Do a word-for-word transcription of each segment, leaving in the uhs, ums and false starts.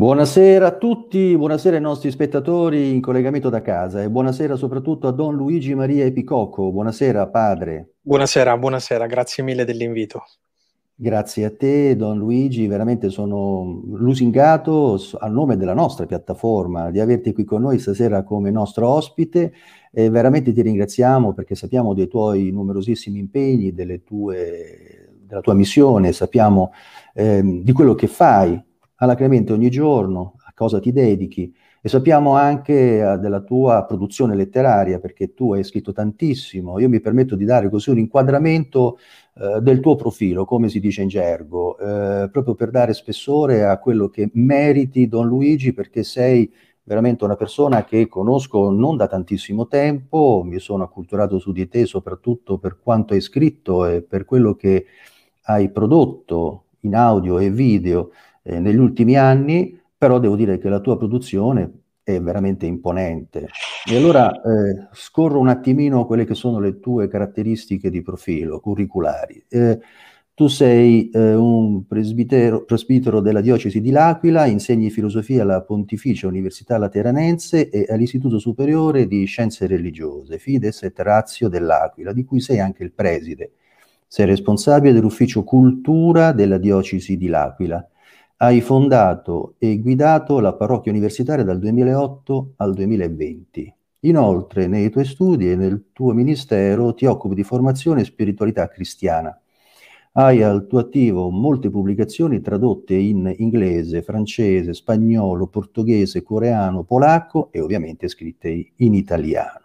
Buonasera a tutti, buonasera ai nostri spettatori in collegamento da casa e buonasera soprattutto a Don Luigi Maria Epicocco. Buonasera padre. Buonasera, buonasera, grazie mille dell'invito. Grazie a te, Don Luigi, veramente sono lusingato s- a nome della nostra piattaforma di averti qui con noi stasera come nostro ospite e veramente ti ringraziamo perché sappiamo dei tuoi numerosissimi impegni, delle tue, della tua missione, sappiamo ehm, di quello che fai alacremente ogni giorno, a cosa ti dedichi e sappiamo anche eh, della tua produzione letteraria perché tu hai scritto tantissimo. Io mi permetto di dare così un inquadramento eh, del tuo profilo, come si dice in gergo, eh, proprio per dare spessore a quello che meriti, Don Luigi, perché sei veramente una persona che conosco non da tantissimo tempo, mi sono acculturato su di te soprattutto per quanto hai scritto e per quello che hai prodotto in audio e video eh, negli ultimi anni, però devo dire che la tua produzione è veramente imponente. E allora eh, scorro un attimino quelle che sono le tue caratteristiche di profilo curriculari. Eh, tu sei eh, un presbitero, presbitero della diocesi di L'Aquila, insegni filosofia alla Pontificia Università Lateranense e all'Istituto Superiore di Scienze Religiose, Fides et Ratio dell'Aquila, di cui sei anche il preside. Sei responsabile dell'ufficio cultura della diocesi di L'Aquila. Hai fondato e guidato la parrocchia universitaria dal duemilaotto al duemilaventi. Inoltre, nei tuoi studi e nel tuo ministero ti occupi di formazione e spiritualità cristiana. Hai al tuo attivo molte pubblicazioni tradotte in inglese, francese, spagnolo, portoghese, coreano, polacco e ovviamente scritte in italiano.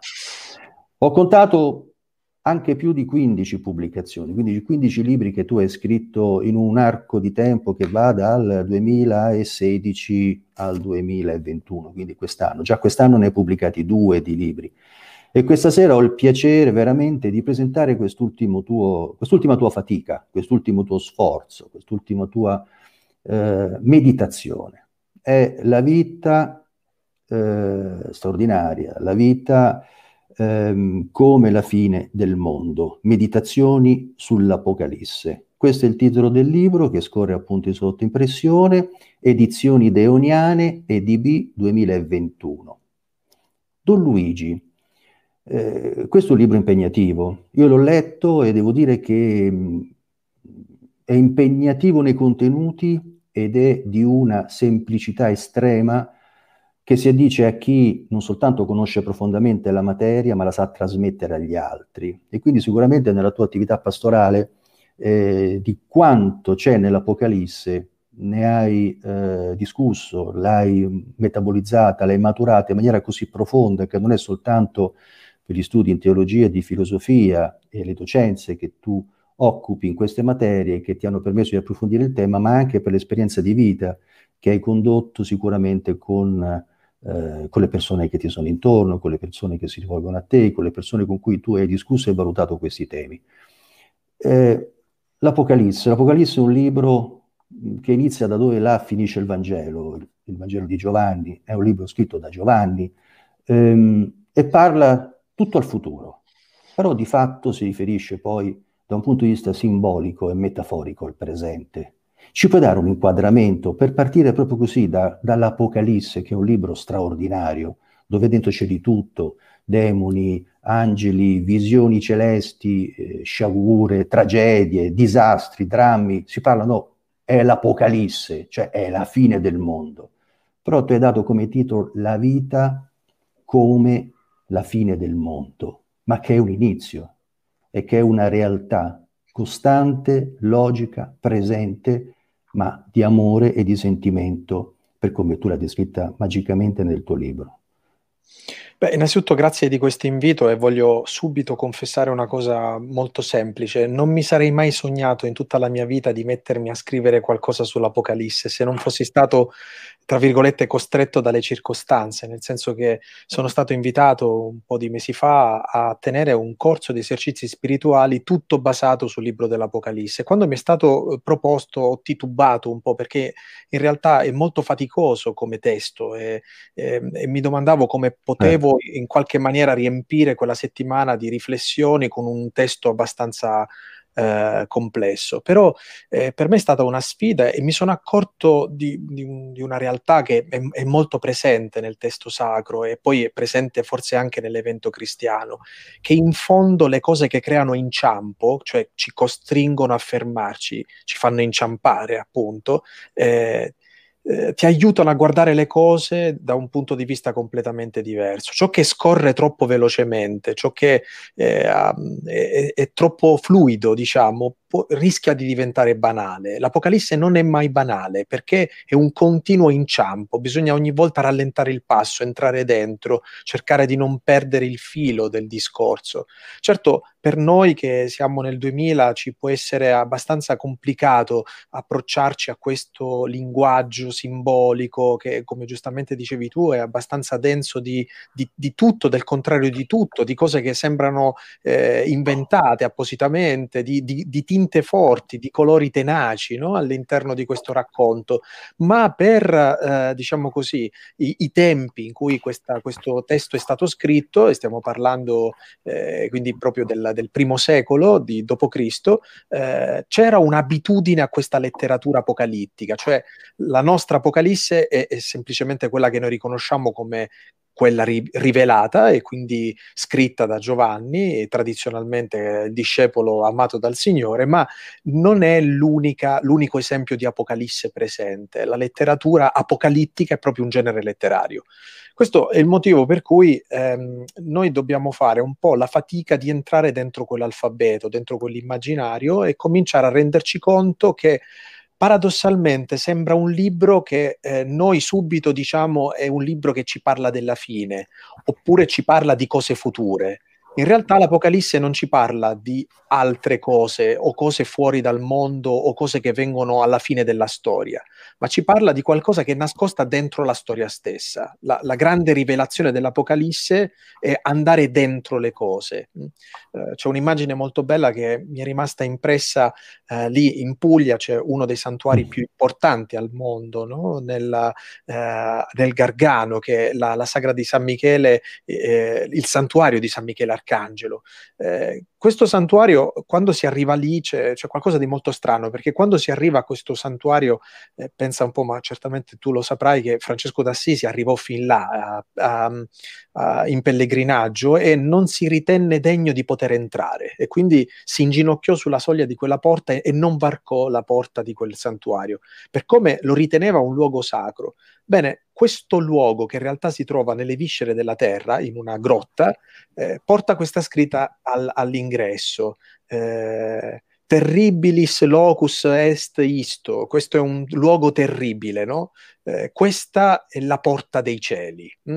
Ho contato anche più di quindici pubblicazioni, quindi quindici libri che tu hai scritto in un arco di tempo che va dal duemilasedici al duemilaventuno, quindi quest'anno. Già quest'anno ne hai pubblicati due di libri. E questa sera ho il piacere veramente di presentare quest'ultimo tuo, quest'ultima tua fatica, quest'ultimo tuo sforzo, quest'ultima tua eh, meditazione. È la vita eh, straordinaria, la vita ehm, come la fine del mondo, meditazioni sull'Apocalisse. Questo è il titolo del libro che scorre appunto in sottoimpressione, edizioni Deoniane e D B duemilaventuno. Don Luigi, eh, questo è un libro impegnativo. Io l'ho letto e devo dire che mh, è impegnativo nei contenuti ed è di una semplicità estrema che si addice a chi non soltanto conosce profondamente la materia, ma la sa trasmettere agli altri. E quindi sicuramente nella tua attività pastorale eh, di quanto c'è nell'Apocalisse ne hai eh, discusso, l'hai metabolizzata, l'hai maturata in maniera così profonda che non è soltanto per gli studi in teologia e di filosofia e le docenze che tu occupi in queste materie che ti hanno permesso di approfondire il tema, ma anche per l'esperienza di vita che hai condotto sicuramente con, eh, con le persone che ti sono intorno, con le persone che si rivolgono a te, con le persone con cui tu hai discusso e valutato questi temi. Eh, L'Apocalisse. L'Apocalisse è un libro che inizia da dove là finisce il Vangelo, il, il Vangelo di Giovanni, è un libro scritto da Giovanni ehm, e parla tutto al futuro, però di fatto si riferisce poi da un punto di vista simbolico e metaforico al presente. Ci puoi dare un inquadramento per partire proprio così da, dall'Apocalisse, che è un libro straordinario, dove dentro c'è di tutto, demoni, angeli, visioni celesti, eh, sciagure, tragedie, disastri, drammi, si parla, no, è l'Apocalisse, cioè è la fine del mondo. Però tu hai dato come titolo La vita come la fine del mondo, ma che è un inizio e che è una realtà costante, logica, presente, ma di amore e di sentimento, per come tu l'hai descritta magicamente nel tuo libro. Beh, innanzitutto grazie di questo invito e voglio subito confessare una cosa molto semplice. Non mi sarei mai sognato in tutta la mia vita di mettermi a scrivere qualcosa sull'Apocalisse se non fossi stato, tra virgolette, costretto dalle circostanze, nel senso che sono stato invitato un po' di mesi fa a tenere un corso di esercizi spirituali tutto basato sul libro dell'Apocalisse. Quando mi è stato eh, proposto, ho titubato un po' perché in realtà è molto faticoso come testo e e, e mi domandavo come Eh, potevo in qualche maniera riempire quella settimana di riflessioni con un testo abbastanza, eh, complesso. Però eh, per me è stata una sfida e mi sono accorto di, di un- di una realtà che è, è molto presente nel testo sacro e poi è presente forse anche nell'evento cristiano, che in fondo le cose che creano inciampo, cioè ci costringono a fermarci, ci fanno inciampare, appunto, eh, eh, ti aiutano a guardare le cose da un punto di vista completamente diverso. Ciò che scorre troppo velocemente, ciò che eh, ha- è, è troppo fluido, diciamo, può- rischia di diventare banale. L'Apocalisse non è mai banale perché è un continuo inciampo, bisogna ogni volta rallentare il passo, entrare dentro, cercare di non perdere il filo del discorso. Certo, per noi che siamo nel duemila ci può essere abbastanza complicato approcciarci a questo linguaggio simbolico che, come giustamente dicevi tu, è abbastanza denso di, di, di tutto, del contrario di tutto, di cose che sembrano eh, inventate appositamente, di, di, di tinte forti, di colori tenaci, no? All'interno di questo racconto. Ma per, eh, diciamo così, i, i tempi in cui questa, questo testo è stato scritto, e stiamo parlando eh, quindi proprio del, del primo secolo di dopo Cristo, eh, c'era un'abitudine a questa letteratura apocalittica, cioè la nostra Apocalisse è, è semplicemente quella che noi riconosciamo come quella ri- rivelata e quindi scritta da Giovanni, tradizionalmente il discepolo amato dal Signore, ma non è l'unica, l'unico esempio di Apocalisse presente. La letteratura apocalittica è proprio un genere letterario. Questo è il motivo per cui ehm, noi dobbiamo fare un po' la fatica di entrare dentro quell'alfabeto, dentro quell'immaginario e cominciare a renderci conto che paradossalmente sembra un libro che eh, noi subito diciamo è un libro che ci parla della fine, oppure ci parla di cose future. In realtà l'Apocalisse non ci parla di altre cose o cose fuori dal mondo o cose che vengono alla fine della storia, ma ci parla di qualcosa che è nascosta dentro la storia stessa. La, la grande rivelazione dell'Apocalisse è andare dentro le cose. Eh, c'è un'immagine molto bella che mi è rimasta impressa eh, lì in Puglia, c'è uno dei santuari più importanti al mondo, no? Nella, eh, nel Gargano, che è la, la sagra di San Michele, eh, il santuario di San Michele Arcangelo. Eh, questo santuario, quando si arriva lì, c'è, c'è qualcosa di molto strano, perché quando si arriva a questo santuario, eh, pensa un po', ma certamente tu lo saprai che Francesco d'Assisi arrivò fin là a, a, a, in pellegrinaggio e non si ritenne degno di poter entrare e quindi si inginocchiò sulla soglia di quella porta e, e non varcò la porta di quel santuario, per come lo riteneva un luogo sacro. Bene, questo luogo, che in realtà si trova nelle viscere della terra, in una grotta, eh, porta questa scritta al, all'ingresso. Eh, Terribilis locus est isto, questo è un luogo terribile, no? Eh, questa è la porta dei cieli. Mm?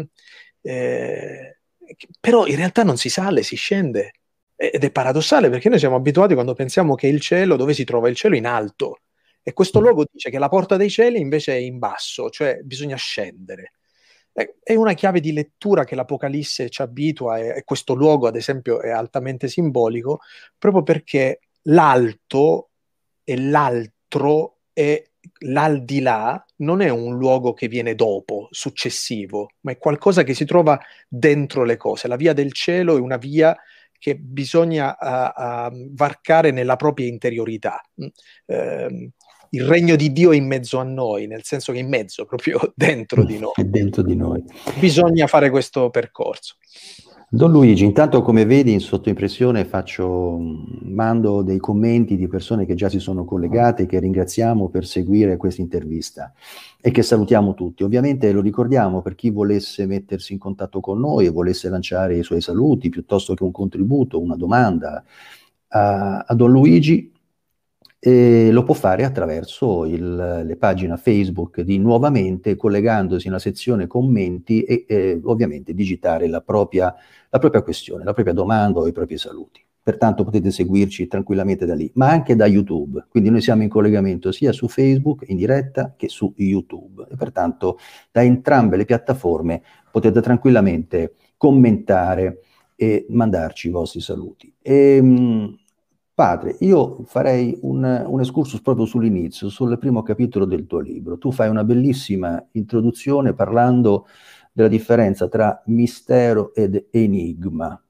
Eh, Però in realtà non si sale, si scende. Ed è paradossale perché noi siamo abituati quando pensiamo che il cielo, dove si trova il cielo? In alto. E questo luogo dice che la porta dei cieli invece è in basso, cioè bisogna scendere. È è una chiave di lettura che l'Apocalisse ci abitua e, e questo luogo, ad esempio, è altamente simbolico, proprio perché l'alto e l'altro e l'aldilà non è un luogo che viene dopo, successivo, ma è qualcosa che si trova dentro le cose. La via del cielo è una via che bisogna uh, uh, varcare nella propria interiorità. Mm. Ehm, il regno di Dio è in mezzo a noi, nel senso che è in mezzo, proprio dentro di noi. È dentro di noi. Bisogna fare questo percorso. Don Luigi, intanto come vedi sotto impressione faccio, mando dei commenti di persone che già si sono collegate, che ringraziamo per seguire questa intervista e che salutiamo tutti. Ovviamente lo ricordiamo per chi volesse mettersi in contatto con noi e volesse lanciare i suoi saluti piuttosto che un contributo, una domanda a, a Don Luigi, e lo può fare attraverso il, le pagine Facebook di Nuovamente, collegandosi nella sezione commenti e eh, ovviamente digitare la propria, la propria questione, la propria domanda o i propri saluti. Pertanto potete seguirci tranquillamente da lì, ma anche da YouTube. Quindi noi siamo in collegamento sia su Facebook in diretta che su YouTube e pertanto da entrambe le piattaforme potete tranquillamente commentare e mandarci i vostri saluti. E, mh, Padre, io farei un, un excursus proprio sull'inizio, sul primo capitolo del tuo libro. Tu fai una bellissima introduzione parlando della differenza tra mistero ed enigma.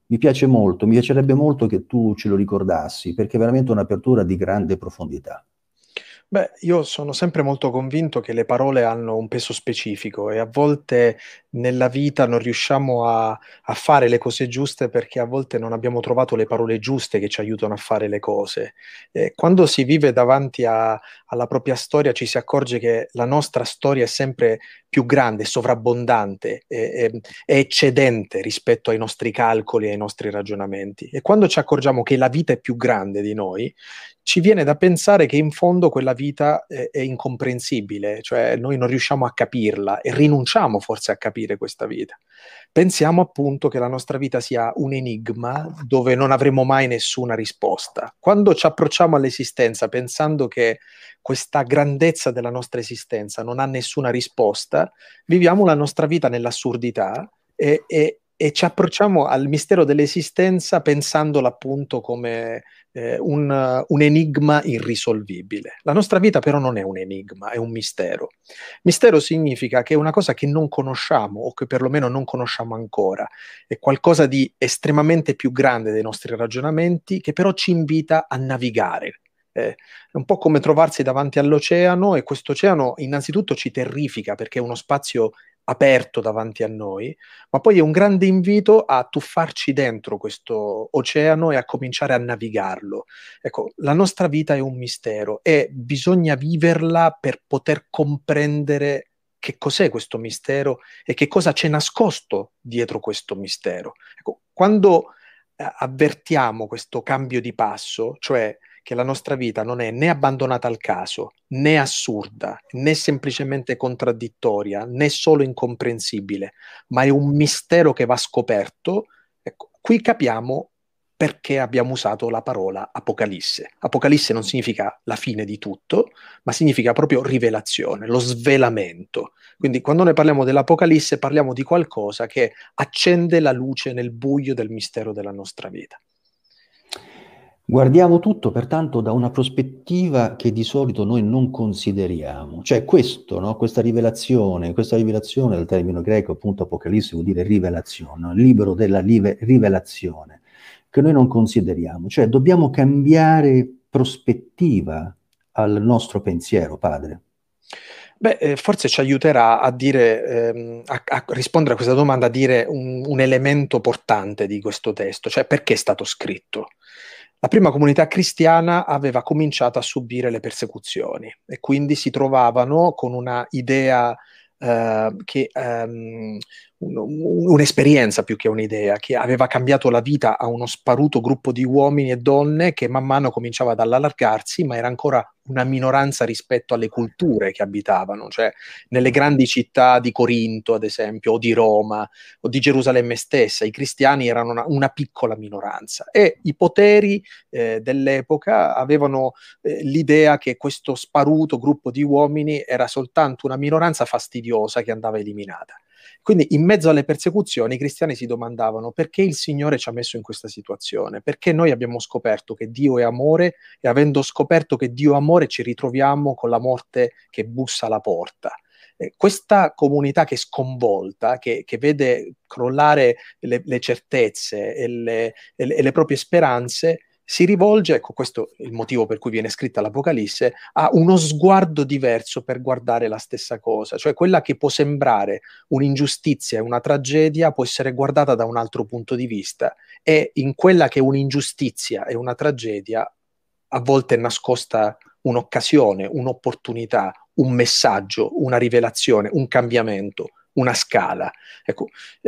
Mi piace molto, mi piacerebbe molto che tu ce lo ricordassi, perché è veramente un'apertura di grande profondità. Beh, io sono sempre molto convinto che le parole hanno un peso specifico e a volte nella vita non riusciamo a, a fare le cose giuste perché a volte non abbiamo trovato le parole giuste che ci aiutano a fare le cose. E quando si vive davanti a- alla propria storia ci si accorge che la nostra storia è sempre più grande, sovrabbondante e, e- e eccedente rispetto ai nostri calcoli e ai nostri ragionamenti. E quando ci accorgiamo che la vita è più grande di noi, ci viene da pensare che in fondo quella vita è, è incomprensibile, cioè noi non riusciamo a capirla e rinunciamo forse a capire questa vita. Pensiamo appunto che la nostra vita sia un enigma dove non avremo mai nessuna risposta. Quando ci approcciamo all'esistenza pensando che questa grandezza della nostra esistenza non ha nessuna risposta, viviamo la nostra vita nell'assurdità e, e- e ci approcciamo al mistero dell'esistenza pensandolo appunto come eh, un, un enigma irrisolvibile. La nostra vita però non è un enigma, è un mistero. Mistero significa che è una cosa che non conosciamo o che perlomeno non conosciamo ancora, è qualcosa di estremamente più grande dei nostri ragionamenti che però ci invita a navigare. Eh, è un po' come trovarsi davanti all'oceano e questo oceano innanzitutto ci terrifica perché è uno spazio aperto davanti a noi, ma poi è un grande invito a tuffarci dentro questo oceano e a cominciare a navigarlo. Ecco, la nostra vita è un mistero e bisogna viverla per poter comprendere che cos'è questo mistero e che cosa c'è nascosto dietro questo mistero. Ecco, quando eh, avvertiamo questo cambio di passo, cioè che la nostra vita non è né abbandonata al caso, né assurda, né semplicemente contraddittoria, né solo incomprensibile, ma è un mistero che va scoperto. Ecco, qui capiamo perché abbiamo usato la parola Apocalisse. Apocalisse non significa la fine di tutto, ma significa proprio rivelazione, lo svelamento. Quindi quando noi parliamo dell'Apocalisse parliamo di qualcosa che accende la luce nel buio del mistero della nostra vita. Guardiamo tutto pertanto da una prospettiva che di solito noi non consideriamo, cioè questo, no? Questa rivelazione, questa rivelazione dal termine greco appunto Apocalisse vuol dire rivelazione, no? Il libro della live- rivelazione, che noi non consideriamo, cioè dobbiamo cambiare prospettiva al nostro pensiero, padre. Beh, eh, forse ci aiuterà a dire, ehm, a, a rispondere a questa domanda, a dire un, un elemento portante di questo testo, cioè perché è stato scritto. La prima comunità cristiana aveva cominciato a subire le persecuzioni e quindi si trovavano con una idea eh, che ehm, un- un- un'esperienza più che un'idea, che aveva cambiato la vita a uno sparuto gruppo di uomini e donne che man mano cominciava ad allargarsi, ma era ancora una minoranza rispetto alle culture che abitavano, cioè nelle grandi città di Corinto, ad esempio, o di Roma, o di Gerusalemme stessa, i cristiani erano una, una piccola minoranza e i poteri eh, dell'epoca avevano eh, l'idea che questo sparuto gruppo di uomini era soltanto una minoranza fastidiosa che andava eliminata. Quindi in mezzo alle persecuzioni i cristiani si domandavano perché il Signore ci ha messo in questa situazione, perché noi abbiamo scoperto che Dio è amore e avendo scoperto che Dio è amore ci ritroviamo con la morte che bussa alla porta. Eh, questa comunità che è sconvolta, che, che vede crollare le, le certezze e le, e le, e le proprie speranze, si rivolge, ecco questo è il motivo per cui viene scritta l'Apocalisse, a uno sguardo diverso per guardare la stessa cosa, cioè quella che può sembrare un'ingiustizia e una tragedia può essere guardata da un altro punto di vista e in quella che è un'ingiustizia e una tragedia a volte è nascosta un'occasione, un'opportunità, un messaggio, una rivelazione, un cambiamento, una scala. Ecco,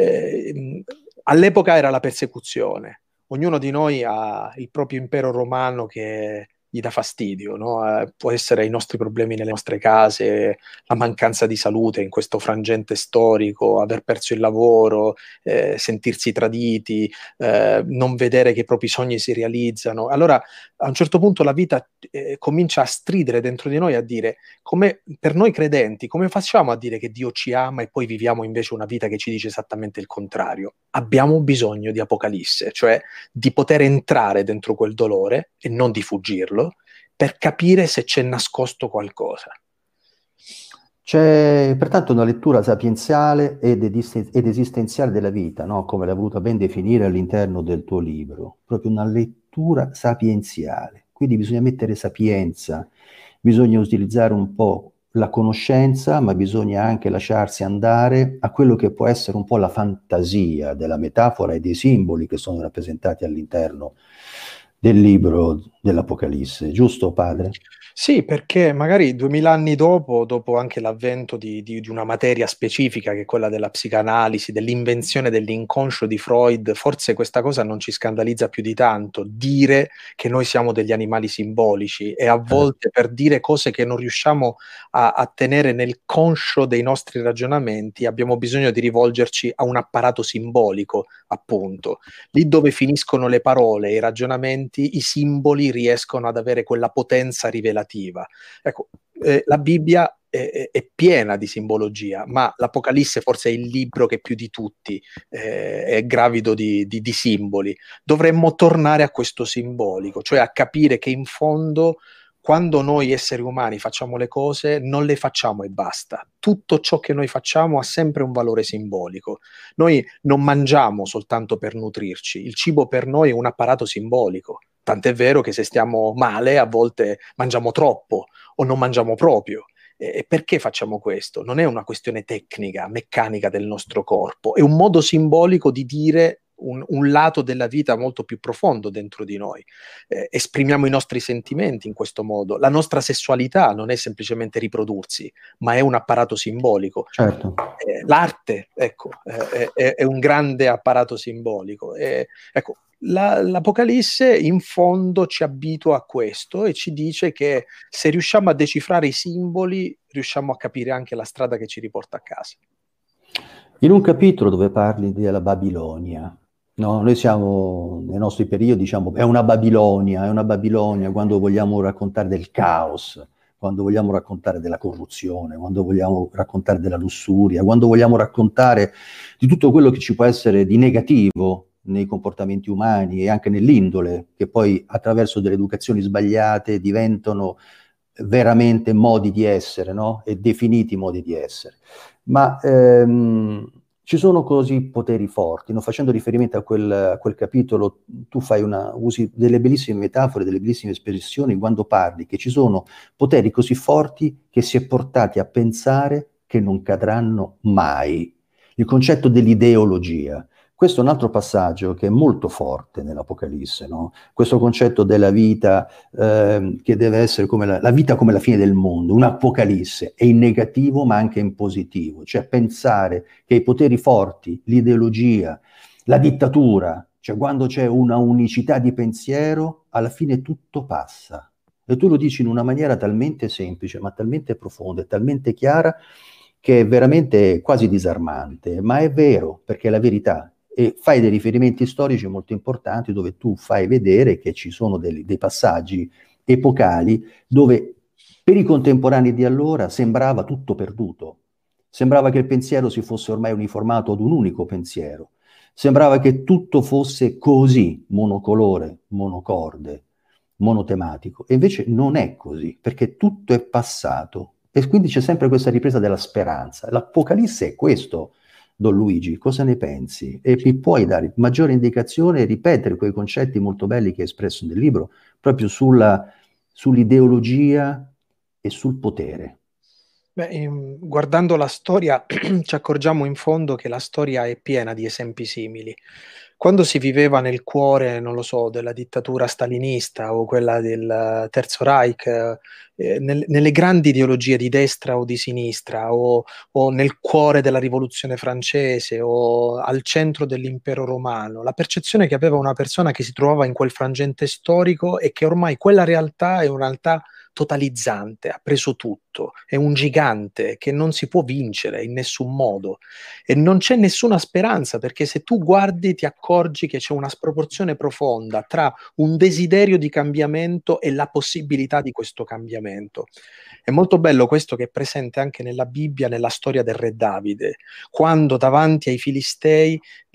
eh, all'epoca era la persecuzione. Ognuno di noi ha il proprio impero romano che gli dà fastidio, no? Eh, può essere i nostri problemi nelle nostre case, la mancanza di salute in questo frangente storico, aver perso il lavoro, eh, sentirsi traditi, eh, non vedere che i propri sogni si realizzano. Allora, a un certo punto la vita eh, comincia a stridere dentro di noi, a dire, come per noi credenti, come facciamo a dire che Dio ci ama e poi viviamo invece una vita che ci dice esattamente il contrario? Abbiamo bisogno di Apocalisse, cioè di poter entrare dentro quel dolore e non di fuggirlo, per capire se c'è nascosto qualcosa. C'è pertanto una lettura sapienziale ed, ediste- ed esistenziale della vita, no? Come l'hai voluta ben definire all'interno del tuo libro, proprio una lettura sapienziale. Quindi bisogna mettere sapienza, bisogna utilizzare un po' la conoscenza, ma bisogna anche lasciarsi andare a quello che può essere un po' la fantasia della metafora e dei simboli che sono rappresentati all'interno del libro dell'Apocalisse, giusto, padre? Sì, perché magari duemila anni dopo, dopo anche l'avvento di, di- di una materia specifica che è quella della psicanalisi, dell'invenzione dell'inconscio di Freud, forse questa cosa non ci scandalizza più di tanto, dire che noi siamo degli animali simbolici e a Certo. volte per dire cose che non riusciamo a, a tenere nel conscio dei nostri ragionamenti abbiamo bisogno di rivolgerci a un apparato simbolico, appunto. Lì dove finiscono le parole, i ragionamenti, i simboli riescono ad avere quella potenza rivelativa. Ecco, eh, la Bibbia è, è- è piena di simbologia, ma l'Apocalisse forse è il libro che più di tutti eh, è gravido di, di- di simboli. Dovremmo tornare a questo simbolico, cioè a capire che in fondo quando noi esseri umani facciamo le cose, non le facciamo e basta. Tutto ciò che noi facciamo ha sempre un valore simbolico. Noi non mangiamo soltanto per nutrirci, il cibo per noi è un apparato simbolico. Tant'è vero che se stiamo male, a volte mangiamo troppo o non mangiamo proprio. E perché facciamo questo? Non è una questione tecnica, meccanica del nostro corpo, è un modo simbolico di dire un, un lato della vita molto più profondo dentro di noi. Eh, esprimiamo i nostri sentimenti in questo modo. La nostra sessualità non è semplicemente riprodursi, ma è un apparato simbolico. Certo. Eh, l'arte, ecco, eh, è, è un grande apparato simbolico. E, ecco, la- l'Apocalisse in fondo ci abitua a questo e ci dice che se riusciamo a decifrare i simboli, riusciamo a capire anche la strada che ci riporta a casa. In un capitolo dove parli della Babilonia, no? Noi siamo, nei nostri periodi, diciamo, è una Babilonia, è una Babilonia quando vogliamo raccontare del caos, quando vogliamo raccontare della corruzione, quando vogliamo raccontare della lussuria, quando vogliamo raccontare di tutto quello che ci può essere di negativo nei comportamenti umani e anche nell'indole, che poi attraverso delle educazioni sbagliate diventano veramente modi di essere, no? E definiti modi di essere. Ma ehm, ci sono così poteri forti, no? Facendo riferimento a quel, a quel capitolo, tu fai una, usi delle bellissime metafore, delle bellissime espressioni quando parli che ci sono poteri così forti che si è portati a pensare che non cadranno mai. Il concetto dell'ideologia. Questo è un altro passaggio che è molto forte nell'Apocalisse, no? Questo concetto della vita ehm, che deve essere come la, la vita come la fine del mondo, un'apocalisse, è in negativo ma anche in positivo, cioè pensare che i poteri forti, l'ideologia, la dittatura, cioè quando c'è una unicità di pensiero, alla fine tutto passa. E tu lo dici in una maniera talmente semplice, ma talmente profonda e talmente chiara che è veramente quasi disarmante, ma è vero, perché è la verità. E fai dei riferimenti storici molto importanti dove tu fai vedere che ci sono dei, dei passaggi epocali dove per i contemporanei di allora sembrava tutto perduto. Sembrava che il pensiero si fosse ormai uniformato ad un unico pensiero. Sembrava che tutto fosse così, monocolore, monocorde, monotematico. E invece non è così, perché tutto è passato. E quindi c'è sempre questa ripresa della speranza. L'Apocalisse è questo, Don Luigi, cosa ne pensi? E mi puoi dare maggiore indicazione e ripetere quei concetti molto belli che hai espresso nel libro, proprio sulla, sull'ideologia e sul potere. Beh, ehm, guardando la storia ci accorgiamo in fondo che la storia è piena di esempi simili. Quando si viveva nel cuore, non lo so, della dittatura stalinista o quella del Terzo Reich, eh, nel- nelle grandi ideologie di destra o di sinistra, o, o nel cuore della rivoluzione francese o al centro dell'impero romano, la percezione che aveva una persona che si trovava in quel frangente storico è che ormai quella realtà è una realtà totalizzante, ha preso tutto, è un gigante che non si può vincere in nessun modo e non c'è nessuna speranza perché se tu guardi ti accorgi che c'è una sproporzione profonda tra un desiderio di cambiamento e la possibilità di questo cambiamento. È molto bello questo che è presente anche nella Bibbia, nella storia del re Davide, quando davanti ai Filistei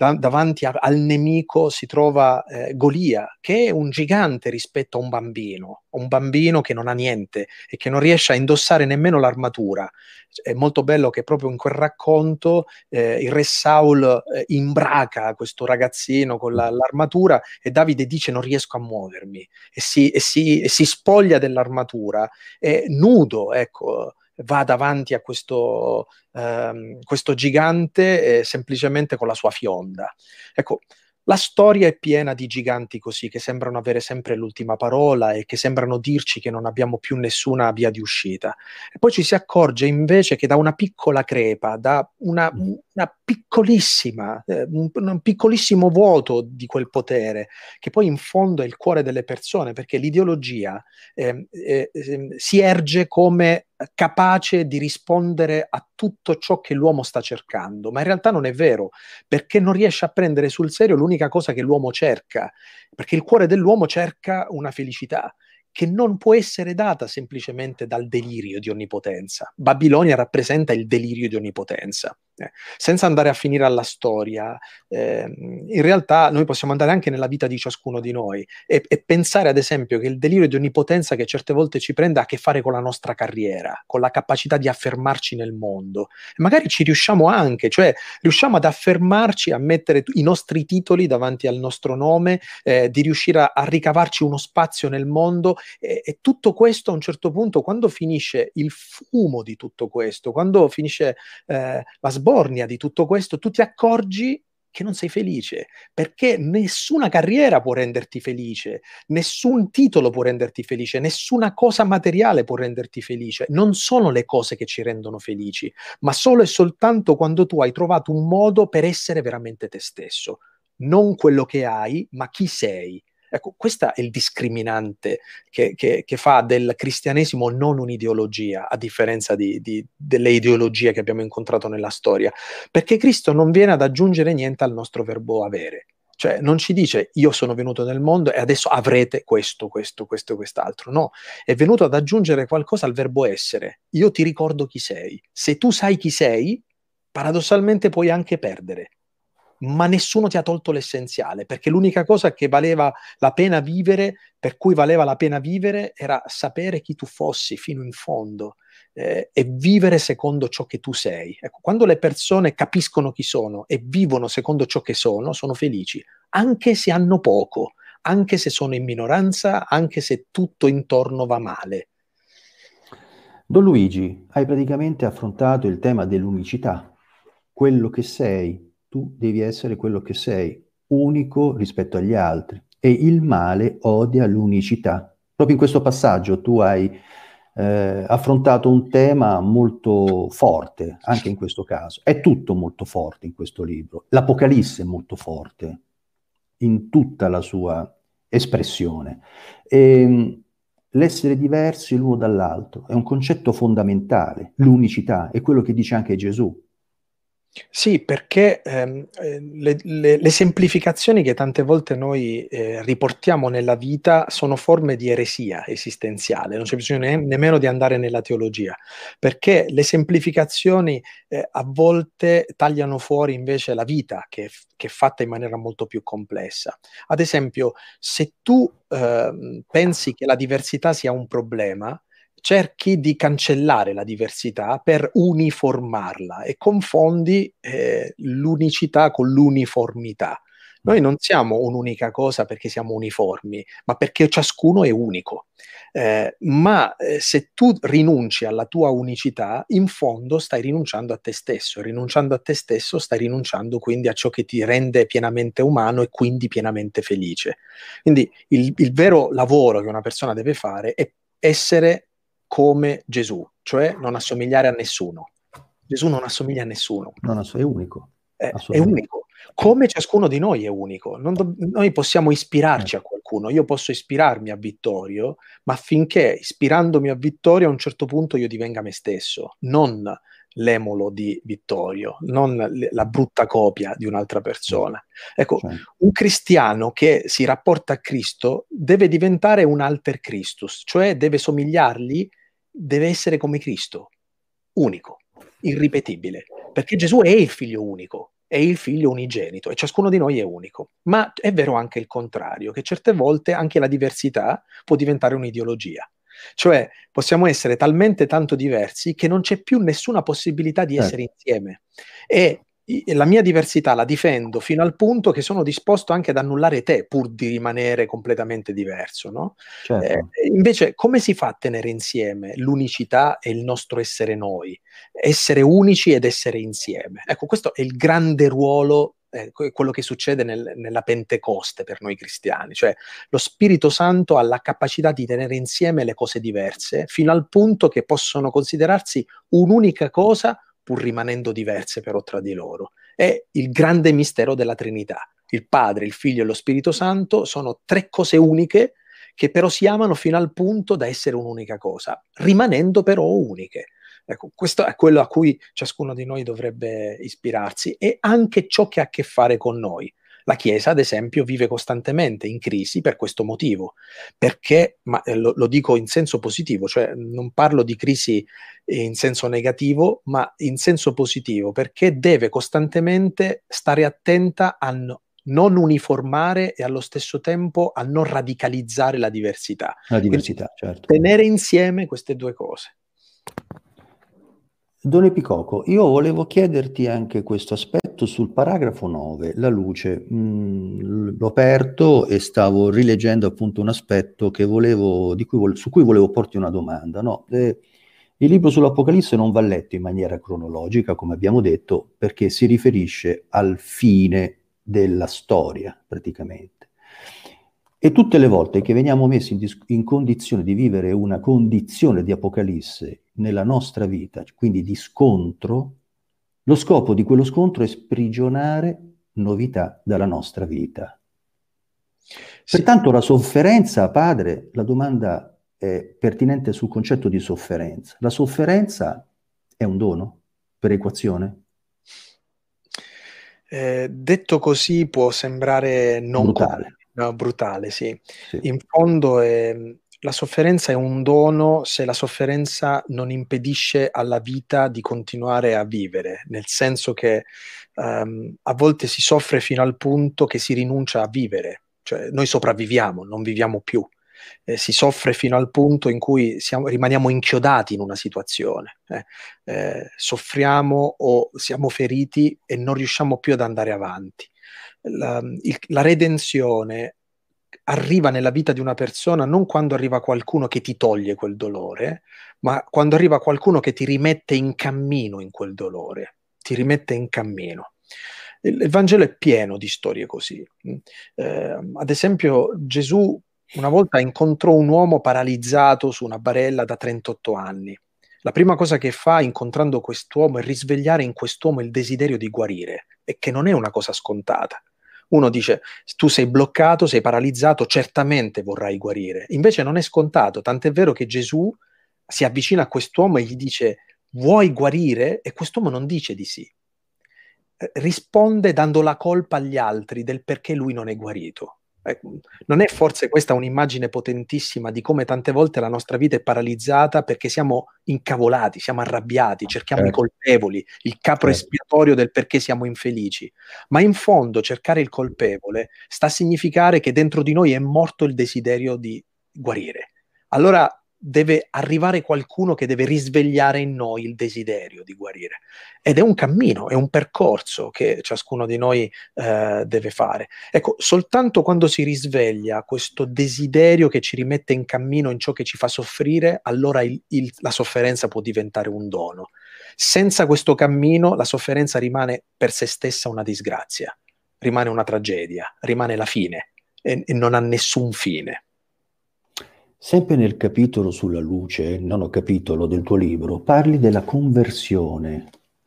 da, davanti a, al nemico si trova eh, Golia, che è un gigante rispetto a un bambino, un bambino che non ha niente e che non riesce a indossare nemmeno l'armatura. È molto bello che proprio in quel racconto eh, il re Saul eh, imbraca questo ragazzino con la, l'armatura e Davide dice non riesco a muovermi e si, e si, e si spoglia dell'armatura e nudo, ecco, va davanti a questo, ehm, questo gigante eh, semplicemente con la sua fionda. Ecco, la storia è piena di giganti così, che sembrano avere sempre l'ultima parola e che sembrano dirci che non abbiamo più nessuna via di uscita. E poi ci si accorge invece che da una piccola crepa, da una, una piccolissima, eh, un, un piccolissimo vuoto di quel potere, che poi in fondo è il cuore delle persone, perché l'ideologia eh, eh, eh, si erge come capace di rispondere a tutto ciò che l'uomo sta cercando, ma in realtà non è vero, perché non riesce a prendere sul serio l'unica cosa che l'uomo cerca, perché il cuore dell'uomo cerca una felicità che non può essere data semplicemente dal delirio di onnipotenza. Babilonia rappresenta il delirio di onnipotenza. Eh, senza andare a finire alla storia, eh, in realtà noi possiamo andare anche nella vita di ciascuno di noi e, e pensare ad esempio che il delirio di onnipotenza che certe volte ci prende ha a che fare con la nostra carriera, con la capacità di affermarci nel mondo. E magari ci riusciamo anche, cioè riusciamo ad affermarci, a mettere i nostri titoli davanti al nostro nome, eh, di riuscire a, a ricavarci uno spazio nel mondo e, e tutto questo a un certo punto, quando finisce il fumo di tutto questo, quando finisce eh, la sbornia di tutto questo, tu ti accorgi che non sei felice, perché nessuna carriera può renderti felice, nessun titolo può renderti felice, nessuna cosa materiale può renderti felice. Non sono le cose che ci rendono felici, ma solo e soltanto quando tu hai trovato un modo per essere veramente te stesso. Non quello che hai, ma chi sei. Ecco, questo è il discriminante che, che, che fa del cristianesimo non un'ideologia, a differenza di, di, delle ideologie che abbiamo incontrato nella storia, perché Cristo non viene ad aggiungere niente al nostro verbo avere. Cioè non ci dice io sono venuto nel mondo e adesso avrete questo, questo, questo e quest'altro. No, è venuto ad aggiungere qualcosa al verbo essere. Io ti ricordo chi sei. Se tu sai chi sei, paradossalmente puoi anche perdere, ma nessuno ti ha tolto l'essenziale, perché l'unica cosa che valeva la pena vivere, per cui valeva la pena vivere, era sapere chi tu fossi fino in fondo eh, e vivere secondo ciò che tu sei. Ecco, quando le persone capiscono chi sono e vivono secondo ciò che sono, sono felici, anche se hanno poco, anche se sono in minoranza, anche se tutto intorno va male. Don Luigi, hai praticamente affrontato il tema dell'unicità. Quello che sei, tu devi essere quello che sei, unico rispetto agli altri. E il male odia l'unicità. Proprio in questo passaggio tu hai eh, affrontato un tema molto forte, anche in questo caso. È tutto molto forte in questo libro. L'Apocalisse è molto forte in tutta la sua espressione. E, l'essere diversi l'uno dall'altro è un concetto fondamentale, l'unicità, è quello che dice anche Gesù. Sì, perché ehm, eh, le, le- le semplificazioni che tante volte noi eh, riportiamo nella vita sono forme di eresia esistenziale, non c'è bisogno ne- nemmeno di andare nella teologia, perché le semplificazioni eh, a volte tagliano fuori invece la vita, che, che è fatta in maniera molto più complessa. Ad esempio, se tu ehm, pensi che la diversità sia un problema, cerchi di cancellare la diversità per uniformarla e confondi eh, l'unicità con l'uniformità. Noi non siamo un'unica cosa perché siamo uniformi, ma perché ciascuno è unico. Eh, ma eh, se tu rinunci alla tua unicità, in fondo stai rinunciando a te stesso. Rinunciando a te stesso, stai rinunciando quindi a ciò che ti rende pienamente umano e quindi pienamente felice. Quindi il, il vero lavoro che una persona deve fare è essere come Gesù, cioè non assomigliare a nessuno. Gesù non assomiglia a nessuno, Non ass- è unico, è, è assolutamente. unico, come ciascuno di noi è unico. Non do- noi possiamo ispirarci Certo. a qualcuno, io posso ispirarmi a Vittorio, ma finché ispirandomi a Vittorio a un certo punto io divenga me stesso, non l'emulo di Vittorio, non le- la brutta copia di un'altra persona. Ecco, Certo. un cristiano che si rapporta a Cristo deve diventare un alter Christus, cioè deve somigliargli, deve essere come Cristo, unico, irripetibile, perché Gesù è il figlio unico e il figlio unigenito, e ciascuno di noi è unico. Ma è vero anche il contrario, che certe volte anche la diversità può diventare un'ideologia. Cioè possiamo essere talmente tanto diversi che non c'è più nessuna possibilità di essere Certo, insieme. E i- la mia diversità la difendo fino al punto che sono disposto anche ad annullare te pur di rimanere completamente diverso, no? Eh, certo. invece, come si fa a tenere insieme l'unicità e il nostro essere noi? Essere unici ed essere insieme. Ecco, questo è il grande ruolo, eh, que- quello che succede nel- nella Pentecoste per noi cristiani, cioè lo Spirito Santo ha la capacità di tenere insieme le cose diverse fino al punto che possono considerarsi un'unica cosa pur rimanendo diverse però tra di loro. È il grande mistero della Trinità. Il Padre, il Figlio e lo Spirito Santo sono tre cose uniche che però si amano fino al punto da essere un'unica cosa, rimanendo però uniche. Ecco, questo è quello a cui ciascuno di noi dovrebbe ispirarsi e anche ciò che ha a che fare con noi. La Chiesa, ad esempio, vive costantemente in crisi per questo motivo, perché, ma eh, lo, lo dico in senso positivo, cioè non parlo di crisi in senso negativo, ma in senso positivo, perché deve costantemente stare attenta a no- non uniformare e allo stesso tempo a non radicalizzare la diversità. La Quindi diversità, certo. tenere insieme queste due cose. Don Epicoco, io volevo chiederti anche questo aspetto sul paragrafo nove, la luce. Mm, l'ho aperto e stavo rileggendo appunto un aspetto che volevo, di cui vol- su cui volevo porti una domanda, no? Eh, il libro sull'Apocalisse non va letto in maniera cronologica, come abbiamo detto, perché si riferisce al fine della storia, praticamente. E tutte le volte che veniamo messi in, dis- in condizione di vivere una condizione di Apocalisse nella nostra vita, quindi di scontro, lo scopo di quello scontro è sprigionare novità dalla nostra vita. Sì, Pertanto la sofferenza, padre, la domanda è pertinente sul concetto di sofferenza. La sofferenza è un dono per equazione? eh, detto così può sembrare non comune, Brutale. no, brutale, sì. Sì. In fondo è- la sofferenza è un dono se la sofferenza non impedisce alla vita di continuare a vivere, nel senso che ehm, a volte si soffre fino al punto che si rinuncia a vivere, cioè noi sopravviviamo, non viviamo più. Eh, si soffre fino al punto in cui siamo- rimaniamo inchiodati in una situazione, eh. Eh, soffriamo o siamo feriti e non riusciamo più ad andare avanti. La, il- la redenzione arriva nella vita di una persona non quando arriva qualcuno che ti toglie quel dolore, ma quando arriva qualcuno che ti rimette in cammino in quel dolore, ti rimette in cammino. Il, il Vangelo è pieno di storie così. Eh, ad esempio, Gesù una volta incontrò un uomo paralizzato su una barella da trentotto anni. La prima cosa che fa incontrando quest'uomo è risvegliare in quest'uomo il desiderio di guarire, e che non è una cosa scontata. Uno dice, tu sei bloccato, sei paralizzato, certamente vorrai guarire. Invece non è scontato, tant'è vero che Gesù si avvicina a quest'uomo e gli dice, vuoi guarire? E quest'uomo non dice di sì. Eh, risponde dando la colpa agli altri del perché lui non è guarito. Ecco, non è forse questa un'immagine potentissima di come tante volte la nostra vita è paralizzata perché siamo incavolati, siamo arrabbiati, cerchiamo i Certo, colpevoli, il capro certo. espiatorio del perché siamo infelici. Ma in fondo cercare il colpevole sta a significare che dentro di noi è morto il desiderio di guarire. Allora deve arrivare qualcuno che deve risvegliare in noi il desiderio di guarire. Ed è un cammino, è un percorso che ciascuno di noi eh, deve fare. Ecco, soltanto quando si risveglia questo desiderio che ci rimette in cammino in ciò che ci fa soffrire, allora il- il- la sofferenza può diventare un dono. Senza questo cammino, la sofferenza rimane per se stessa una disgrazia, rimane una tragedia, rimane la fine e, e non ha nessun fine. Sempre nel capitolo sulla luce, nono capitolo del tuo libro, parli della conversione.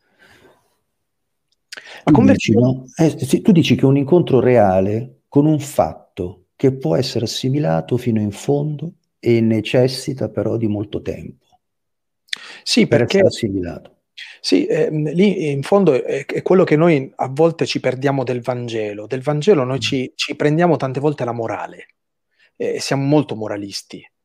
La Tu dici, conversione. no? Eh, sì, tu dici che è un incontro reale con un fatto che può essere assimilato fino in fondo e necessita però di molto tempo Sì, per essere perché assimilato. sì, ehm, lì in fondo è, è quello che noi a volte ci perdiamo del Vangelo. Del Vangelo noi Mm. ci, ci prendiamo tante volte la morale, e siamo molto moralisti.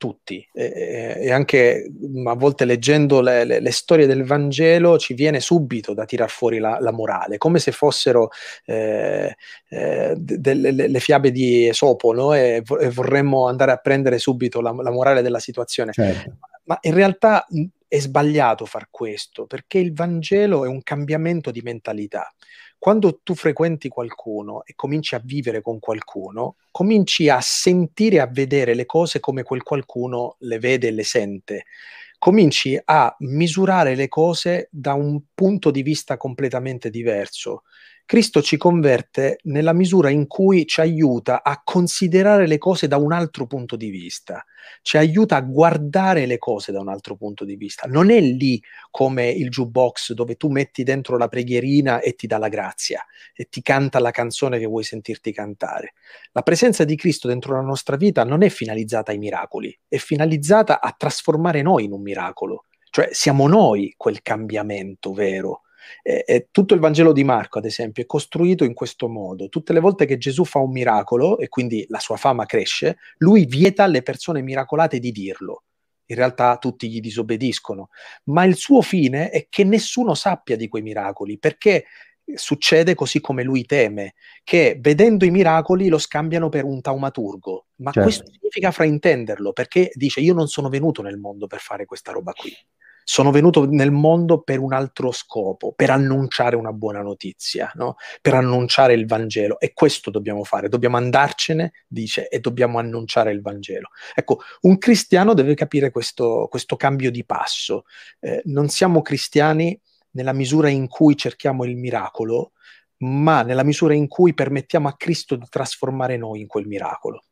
tutti, e, e anche a volte leggendo le, le, le storie del Vangelo ci viene subito da tirar fuori la, la morale, come se fossero eh, eh, delle, le, le fiabe di Esopo, no? E, vo- e vorremmo andare a prendere subito la, la morale della situazione. Certo. Ma in realtà mh, è sbagliato far questo, perché il Vangelo è un cambiamento di mentalità. Quando tu frequenti qualcuno e cominci a vivere con qualcuno, cominci a sentire e a vedere le cose come quel qualcuno le vede e le sente. Cominci a misurare le cose da un punto di vista completamente diverso. Cristo ci converte nella misura in cui ci aiuta a considerare le cose da un altro punto di vista, ci aiuta a guardare le cose da un altro punto di vista. Non è lì come il jukebox dove tu metti dentro la preghierina e ti dà la grazia e ti canta la canzone che vuoi sentirti cantare. La presenza di Cristo dentro la nostra vita non è finalizzata ai miracoli, è finalizzata a trasformare noi in un miracolo. Cioè siamo noi quel cambiamento vero. E, e tutto il Vangelo di Marco, ad esempio, è costruito in questo modo. Tutte le volte che Gesù fa un miracolo e quindi la sua fama cresce, lui vieta alle persone miracolate di dirlo. In realtà tutti gli disobbediscono, ma il suo fine è che nessuno sappia di quei miracoli, perché succede così come lui teme, che vedendo i miracoli lo scambiano per un taumaturgo, ma Certo. questo significa fraintenderlo, perché dice io non sono venuto nel mondo per fare questa roba qui. Sono venuto nel mondo per un altro scopo, per annunciare una buona notizia, no? Per annunciare il Vangelo. E questo dobbiamo fare, dobbiamo andarcene, dice, e dobbiamo annunciare il Vangelo. Ecco, un cristiano deve capire questo, questo cambio di passo. Eh, non siamo cristiani nella misura in cui cerchiamo il miracolo, ma nella misura in cui permettiamo a Cristo di trasformare noi in quel miracolo.